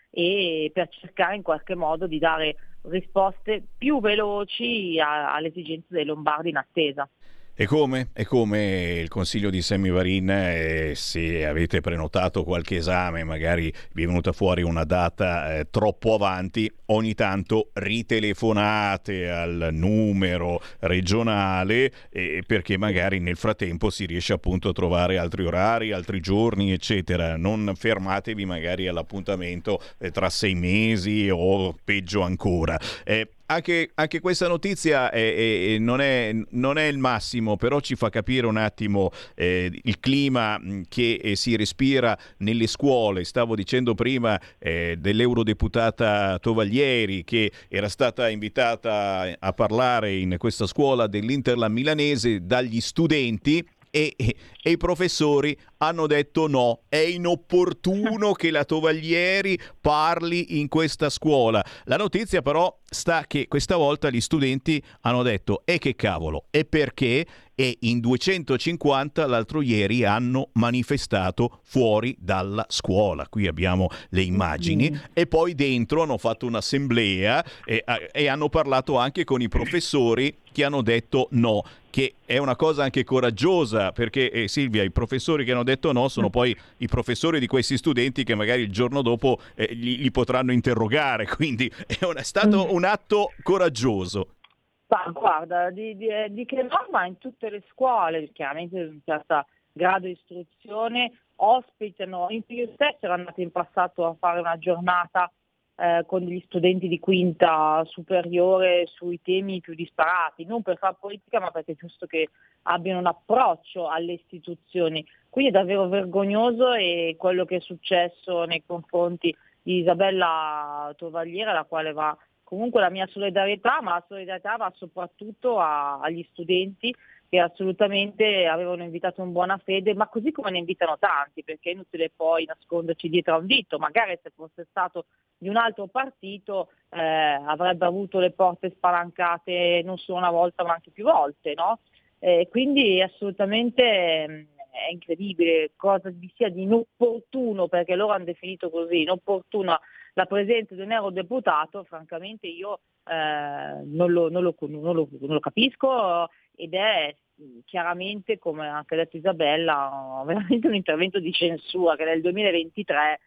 Speaker 11: e per cercare in qualche modo di dare risposte più veloci a, alle esigenze dei lombardi in attesa.
Speaker 2: E come? E come il consiglio di Semivarin, eh, se avete prenotato qualche esame, magari vi è venuta fuori una data eh, troppo avanti, ogni tanto ritelefonate al numero regionale eh, perché magari nel frattempo si riesce appunto a trovare altri orari, altri giorni, eccetera. Non fermatevi magari all'appuntamento eh, tra sei mesi o peggio ancora. Eh, Anche, anche questa notizia è, è, non, è, non è il massimo, però ci fa capire un attimo eh, il clima che eh, si respira nelle scuole. Stavo dicendo prima eh, dell'eurodeputata Tovaglieri, che era stata invitata a parlare in questa scuola dell'Interland milanese dagli studenti. E, e, e i professori hanno detto no, è inopportuno che la Tovaglieri parli in questa scuola. La notizia però sta che questa volta gli studenti hanno detto e che cavolo, e perché? E in duecentocinquanta l'altro ieri hanno manifestato fuori dalla scuola. Qui abbiamo le immagini. Mm. E poi dentro hanno fatto un'assemblea e, e hanno parlato anche con i professori che hanno detto no, che è una cosa anche coraggiosa, perché eh, Silvia, i professori che hanno detto no sono poi i professori di questi studenti che magari il giorno dopo eh, li, li potranno interrogare, quindi è, un, è stato un atto coraggioso.
Speaker 11: Ma guarda, di, di, di che norma in tutte le scuole, chiaramente di un certo grado di istruzione, ospitano, in più stesso ero andata in passato a fare una giornata eh, con gli studenti di quinta superiore sui temi più disparati, non per fare politica ma perché è giusto che abbiano un approccio alle istituzioni. Quindi è davvero vergognoso e quello che è successo nei confronti di Isabella Tovaglieri, alla quale va comunque la mia solidarietà, ma la solidarietà va soprattutto a, agli studenti che assolutamente avevano invitato in buona fede, ma così come ne invitano tanti, perché è inutile poi nasconderci dietro a un dito. Magari se fosse stato di un altro partito eh, avrebbe avuto le porte spalancate non solo una volta ma anche più volte, no? Eh, quindi è assolutamente eh, è incredibile cosa vi sia di inopportuno, perché loro hanno definito così, inopportuna la presenza di un eurodeputato. Francamente io eh, non, lo, non, lo, non, lo, non lo capisco, ed è chiaramente, come ha anche detto Isabella, veramente un intervento di censura che nel duemilaventitré,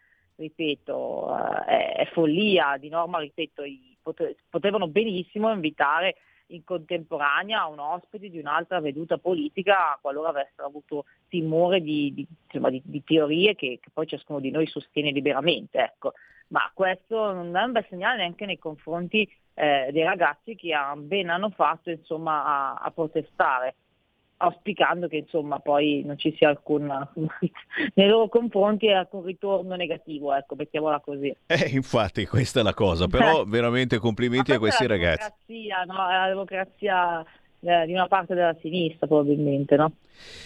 Speaker 11: ripeto, eh, è, è follia. Di norma, ripeto, i, pote, potevano benissimo invitare in contemporanea un ospite di un'altra veduta politica qualora avessero avuto timore di, di, insomma, di, di teorie che, che poi ciascuno di noi sostiene liberamente, ecco. Ma questo non è un bel segnale neanche nei confronti eh, dei ragazzi che ha, ben hanno fatto insomma a, a protestare, auspicando che insomma poi non ci sia alcun nei loro confronti alcun ritorno negativo, ecco, mettiamola così.
Speaker 2: Eh, infatti questa è la cosa, però veramente complimenti a questi ragazzi.
Speaker 11: Democrazia, no? È la democrazia eh, di una parte della sinistra probabilmente, no?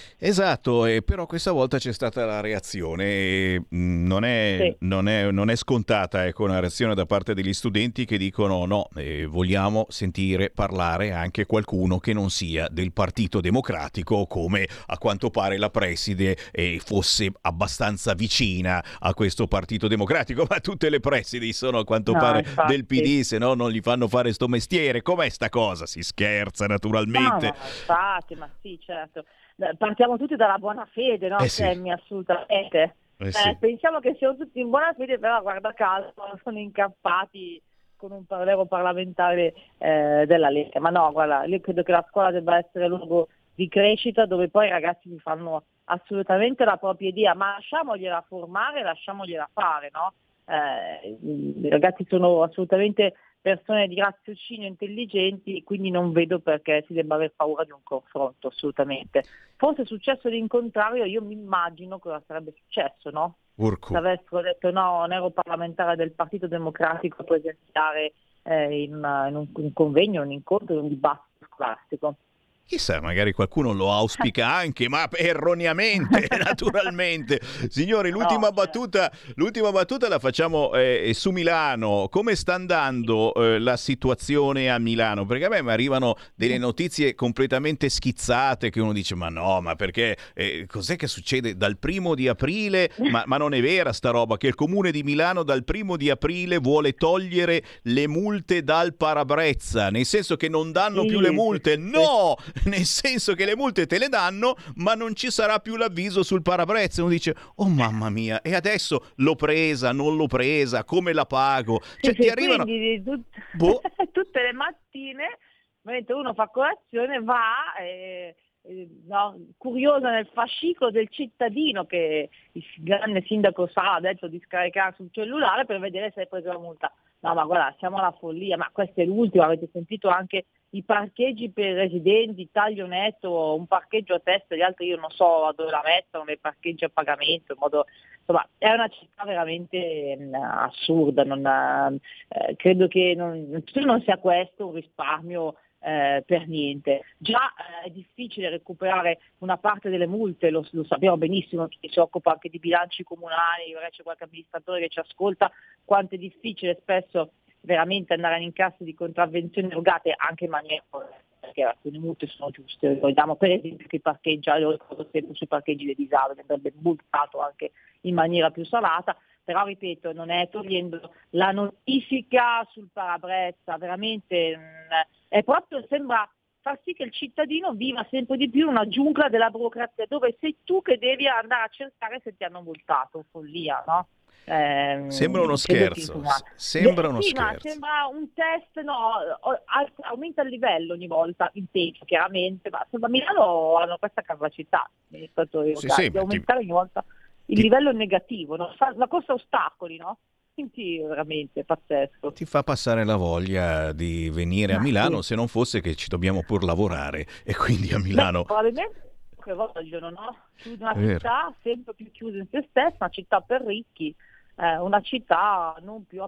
Speaker 2: Esatto, e però questa volta c'è stata la reazione e non è, sì. non è, non è scontata, ecco, una reazione da parte degli studenti che dicono no, eh, vogliamo sentire parlare anche qualcuno che non sia del Partito Democratico, come a quanto pare la preside eh, fosse abbastanza vicina a questo Partito Democratico, ma tutte le presidi sono a quanto no, pare infatti. del P D, se no non gli fanno fare sto mestiere. Com'è sta cosa? Si scherza naturalmente.
Speaker 11: No, no, infatti, ma sì, certo. Partiamo tutti dalla buona fede, no?
Speaker 2: Eh sì.
Speaker 11: Sammy, assolutamente.
Speaker 2: Eh sì.
Speaker 11: eh, pensiamo che siamo tutti in buona fede, però guarda caso sono incappati con un parlero parlamentare eh, della Lega. Ma no, guarda, io credo che la scuola debba essere luogo di crescita dove poi i ragazzi mi fanno assolutamente la propria idea, ma lasciamogliela formare, lasciamogliela fare, no? Eh, i ragazzi sono assolutamente persone di raziocinio, intelligenti, quindi non vedo perché si debba aver paura di un confronto, assolutamente. Fosse successo l'incontrario, io mi immagino cosa sarebbe successo, no?
Speaker 2: Urco.
Speaker 11: Se avessero detto no, un europarlamentare del Partito Democratico a presenziare eh, in, in un, un convegno, un incontro, un dibattito scolastico.
Speaker 2: Chissà, magari qualcuno lo auspica anche, ma erroneamente, naturalmente. Signori, l'ultima, no, battuta, l'ultima battuta la facciamo eh, su Milano. Come sta andando eh, la situazione a Milano? Perché a me mi arrivano delle notizie completamente schizzate che uno dice, ma no, ma perché, eh, cos'è che succede dal primo di aprile? Ma, ma non è vera sta roba, che il comune di Milano dal primo di aprile vuole togliere le multe dal parabrezza, nel senso che non danno sì, più le multe. No! Nel senso che le multe te le danno, ma non ci sarà più l'avviso sul parabrezza. Uno dice, oh mamma mia, e adesso l'ho presa, non l'ho presa, come la pago? Cioè,
Speaker 11: sì,
Speaker 2: ti arrivano...
Speaker 11: Quindi tut...
Speaker 2: boh.
Speaker 11: tutte le mattine, mentre uno fa colazione, va... Eh... No, curiosa nel fascicolo del cittadino che il grande sindaco Sala ha detto di scaricare sul cellulare per vedere se hai preso la multa. No, ma guarda, siamo alla follia, ma questo è l'ultimo, avete sentito anche i parcheggi per i residenti, taglio netto, un parcheggio a testa, gli altri io non so dove la mettono, nei parcheggi a pagamento, in modo, insomma, è una città veramente mh, assurda, non, eh, credo che non, non sia questo un risparmio Eh, per niente. Già eh, è difficile recuperare una parte delle multe, lo, lo sappiamo benissimo, chi si occupa anche di bilanci comunali, ora c'è qualche amministratore che ci ascolta, quanto è difficile spesso veramente andare agli incassi di contravvenzioni erogate anche in maniera corretta, perché alcune multe sono giuste. Ricordiamo per esempio che parcheggia, lo ricordo sempre sui parcheggi dei disabili, andrebbe multato anche in maniera più salata. Però ripeto, non è togliendo la notifica sul parabrezza, veramente mh, è proprio, sembra far sì che il cittadino viva sempre di più una giungla della burocrazia, dove sei tu che devi andare a cercare se ti hanno multato, follia, no? Eh,
Speaker 2: sembra uno scherzo, che, sembra uno
Speaker 11: sì,
Speaker 2: scherzo.
Speaker 11: Sembra un test, no, aumenta il livello ogni volta, il tempo chiaramente, ma a Milano hanno questa capacità, sì, sì, di aumentare ti... ogni volta il ti... livello negativo, no? La corsa a ostacoli, no? Quindi veramente pazzesco.
Speaker 2: Ti fa passare la voglia di venire a Milano, sì. Se non fosse che ci dobbiamo pur lavorare e quindi a Milano...
Speaker 11: Beh, probabilmente che vogliono, no? Una città sempre più chiusa in se stessa, una città per ricchi, eh, una città non più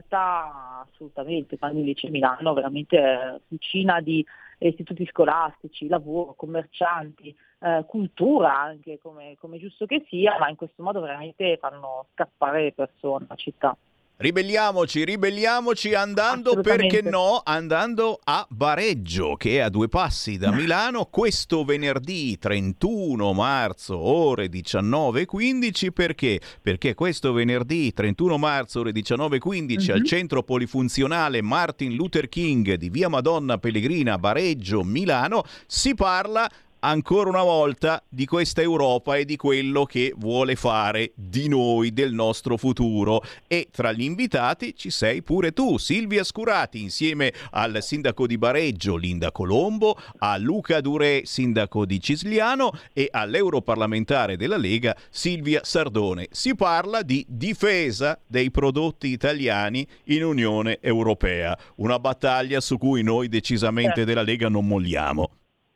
Speaker 11: aperta assolutamente. Quando invece Milano veramente è fucina di istituti scolastici, lavoro, commercianti, eh, cultura anche, come, come giusto che sia, ma in questo modo veramente fanno scappare le persone, la città.
Speaker 2: Ribelliamoci, ribelliamoci andando, perché no, andando a Bareggio, che è a due passi da Milano, questo venerdì trentuno marzo ore diciannove e quindici. Perché? Perché questo venerdì trentuno marzo ore diciannove e quindici mm-hmm. al centro polifunzionale Martin Luther King di via Madonna Pellegrina, Bareggio, Milano, si parla ancora una volta di questa Europa e di quello che vuole fare di noi, del nostro futuro. E tra gli invitati ci sei pure tu, Silvia Scurati, insieme al sindaco di Bareggio, Linda Colombo, a Luca Durè, sindaco di Cisliano, e all'europarlamentare della Lega, Silvia Sardone. Si parla di difesa dei prodotti italiani in Unione Europea, una battaglia su cui noi decisamente della Lega non molliamo.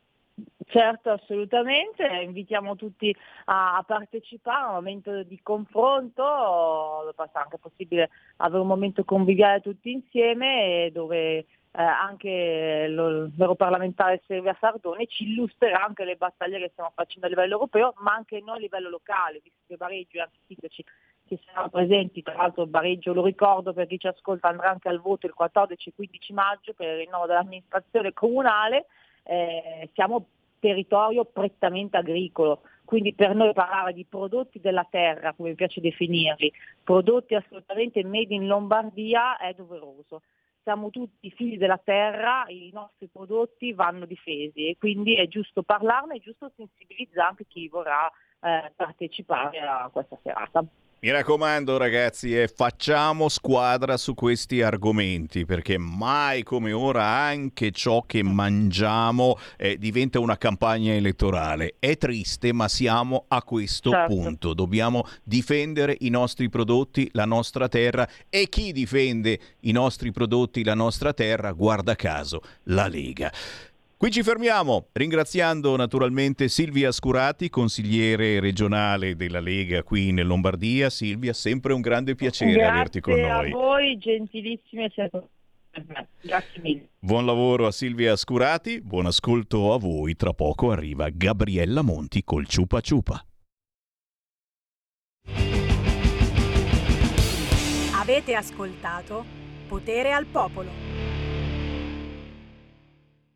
Speaker 11: Certo, assolutamente, invitiamo tutti a partecipare a un momento di confronto, sarà anche possibile avere un momento conviviale tutti insieme, dove eh, anche l'europarlamentare Silvia Sardone ci illustrerà anche le battaglie che stiamo facendo a livello europeo, ma anche noi a livello locale, visto che Bareggio e altri sindaci che saranno presenti. Tra l'altro Bareggio, lo ricordo per chi ci ascolta, andrà anche al voto il quattordici e quindici maggio per il rinnovo dell'amministrazione comunale. Eh, siamo territorio prettamente agricolo, quindi per noi parlare di prodotti della terra, come mi piace definirli, prodotti assolutamente made in Lombardia, è doveroso. Siamo tutti figli della terra, i nostri prodotti vanno difesi e quindi è giusto parlarne, è giusto sensibilizzare anche chi vorrà eh, partecipare a questa serata.
Speaker 2: Mi raccomando ragazzi, eh, facciamo squadra su questi argomenti, perché mai come ora anche ciò che mangiamo eh, diventa una campagna elettorale. È triste, ma siamo a questo certo. punto. Dobbiamo difendere i nostri prodotti, la nostra terra, e chi difende i nostri prodotti, la nostra terra, guarda caso, la Lega. Qui ci fermiamo, ringraziando naturalmente Silvia Scurati, consigliere regionale della Lega qui in Lombardia. Silvia, sempre un grande piacere
Speaker 11: Grazie
Speaker 2: averti con noi.
Speaker 11: Grazie a voi, gentilissimi, per me. Grazie mille.
Speaker 2: Buon lavoro a Silvia Scurati, buon ascolto a voi. Tra poco arriva Gabriella Monti col Ciupa Ciupa.
Speaker 14: Avete ascoltato Potere al Popolo.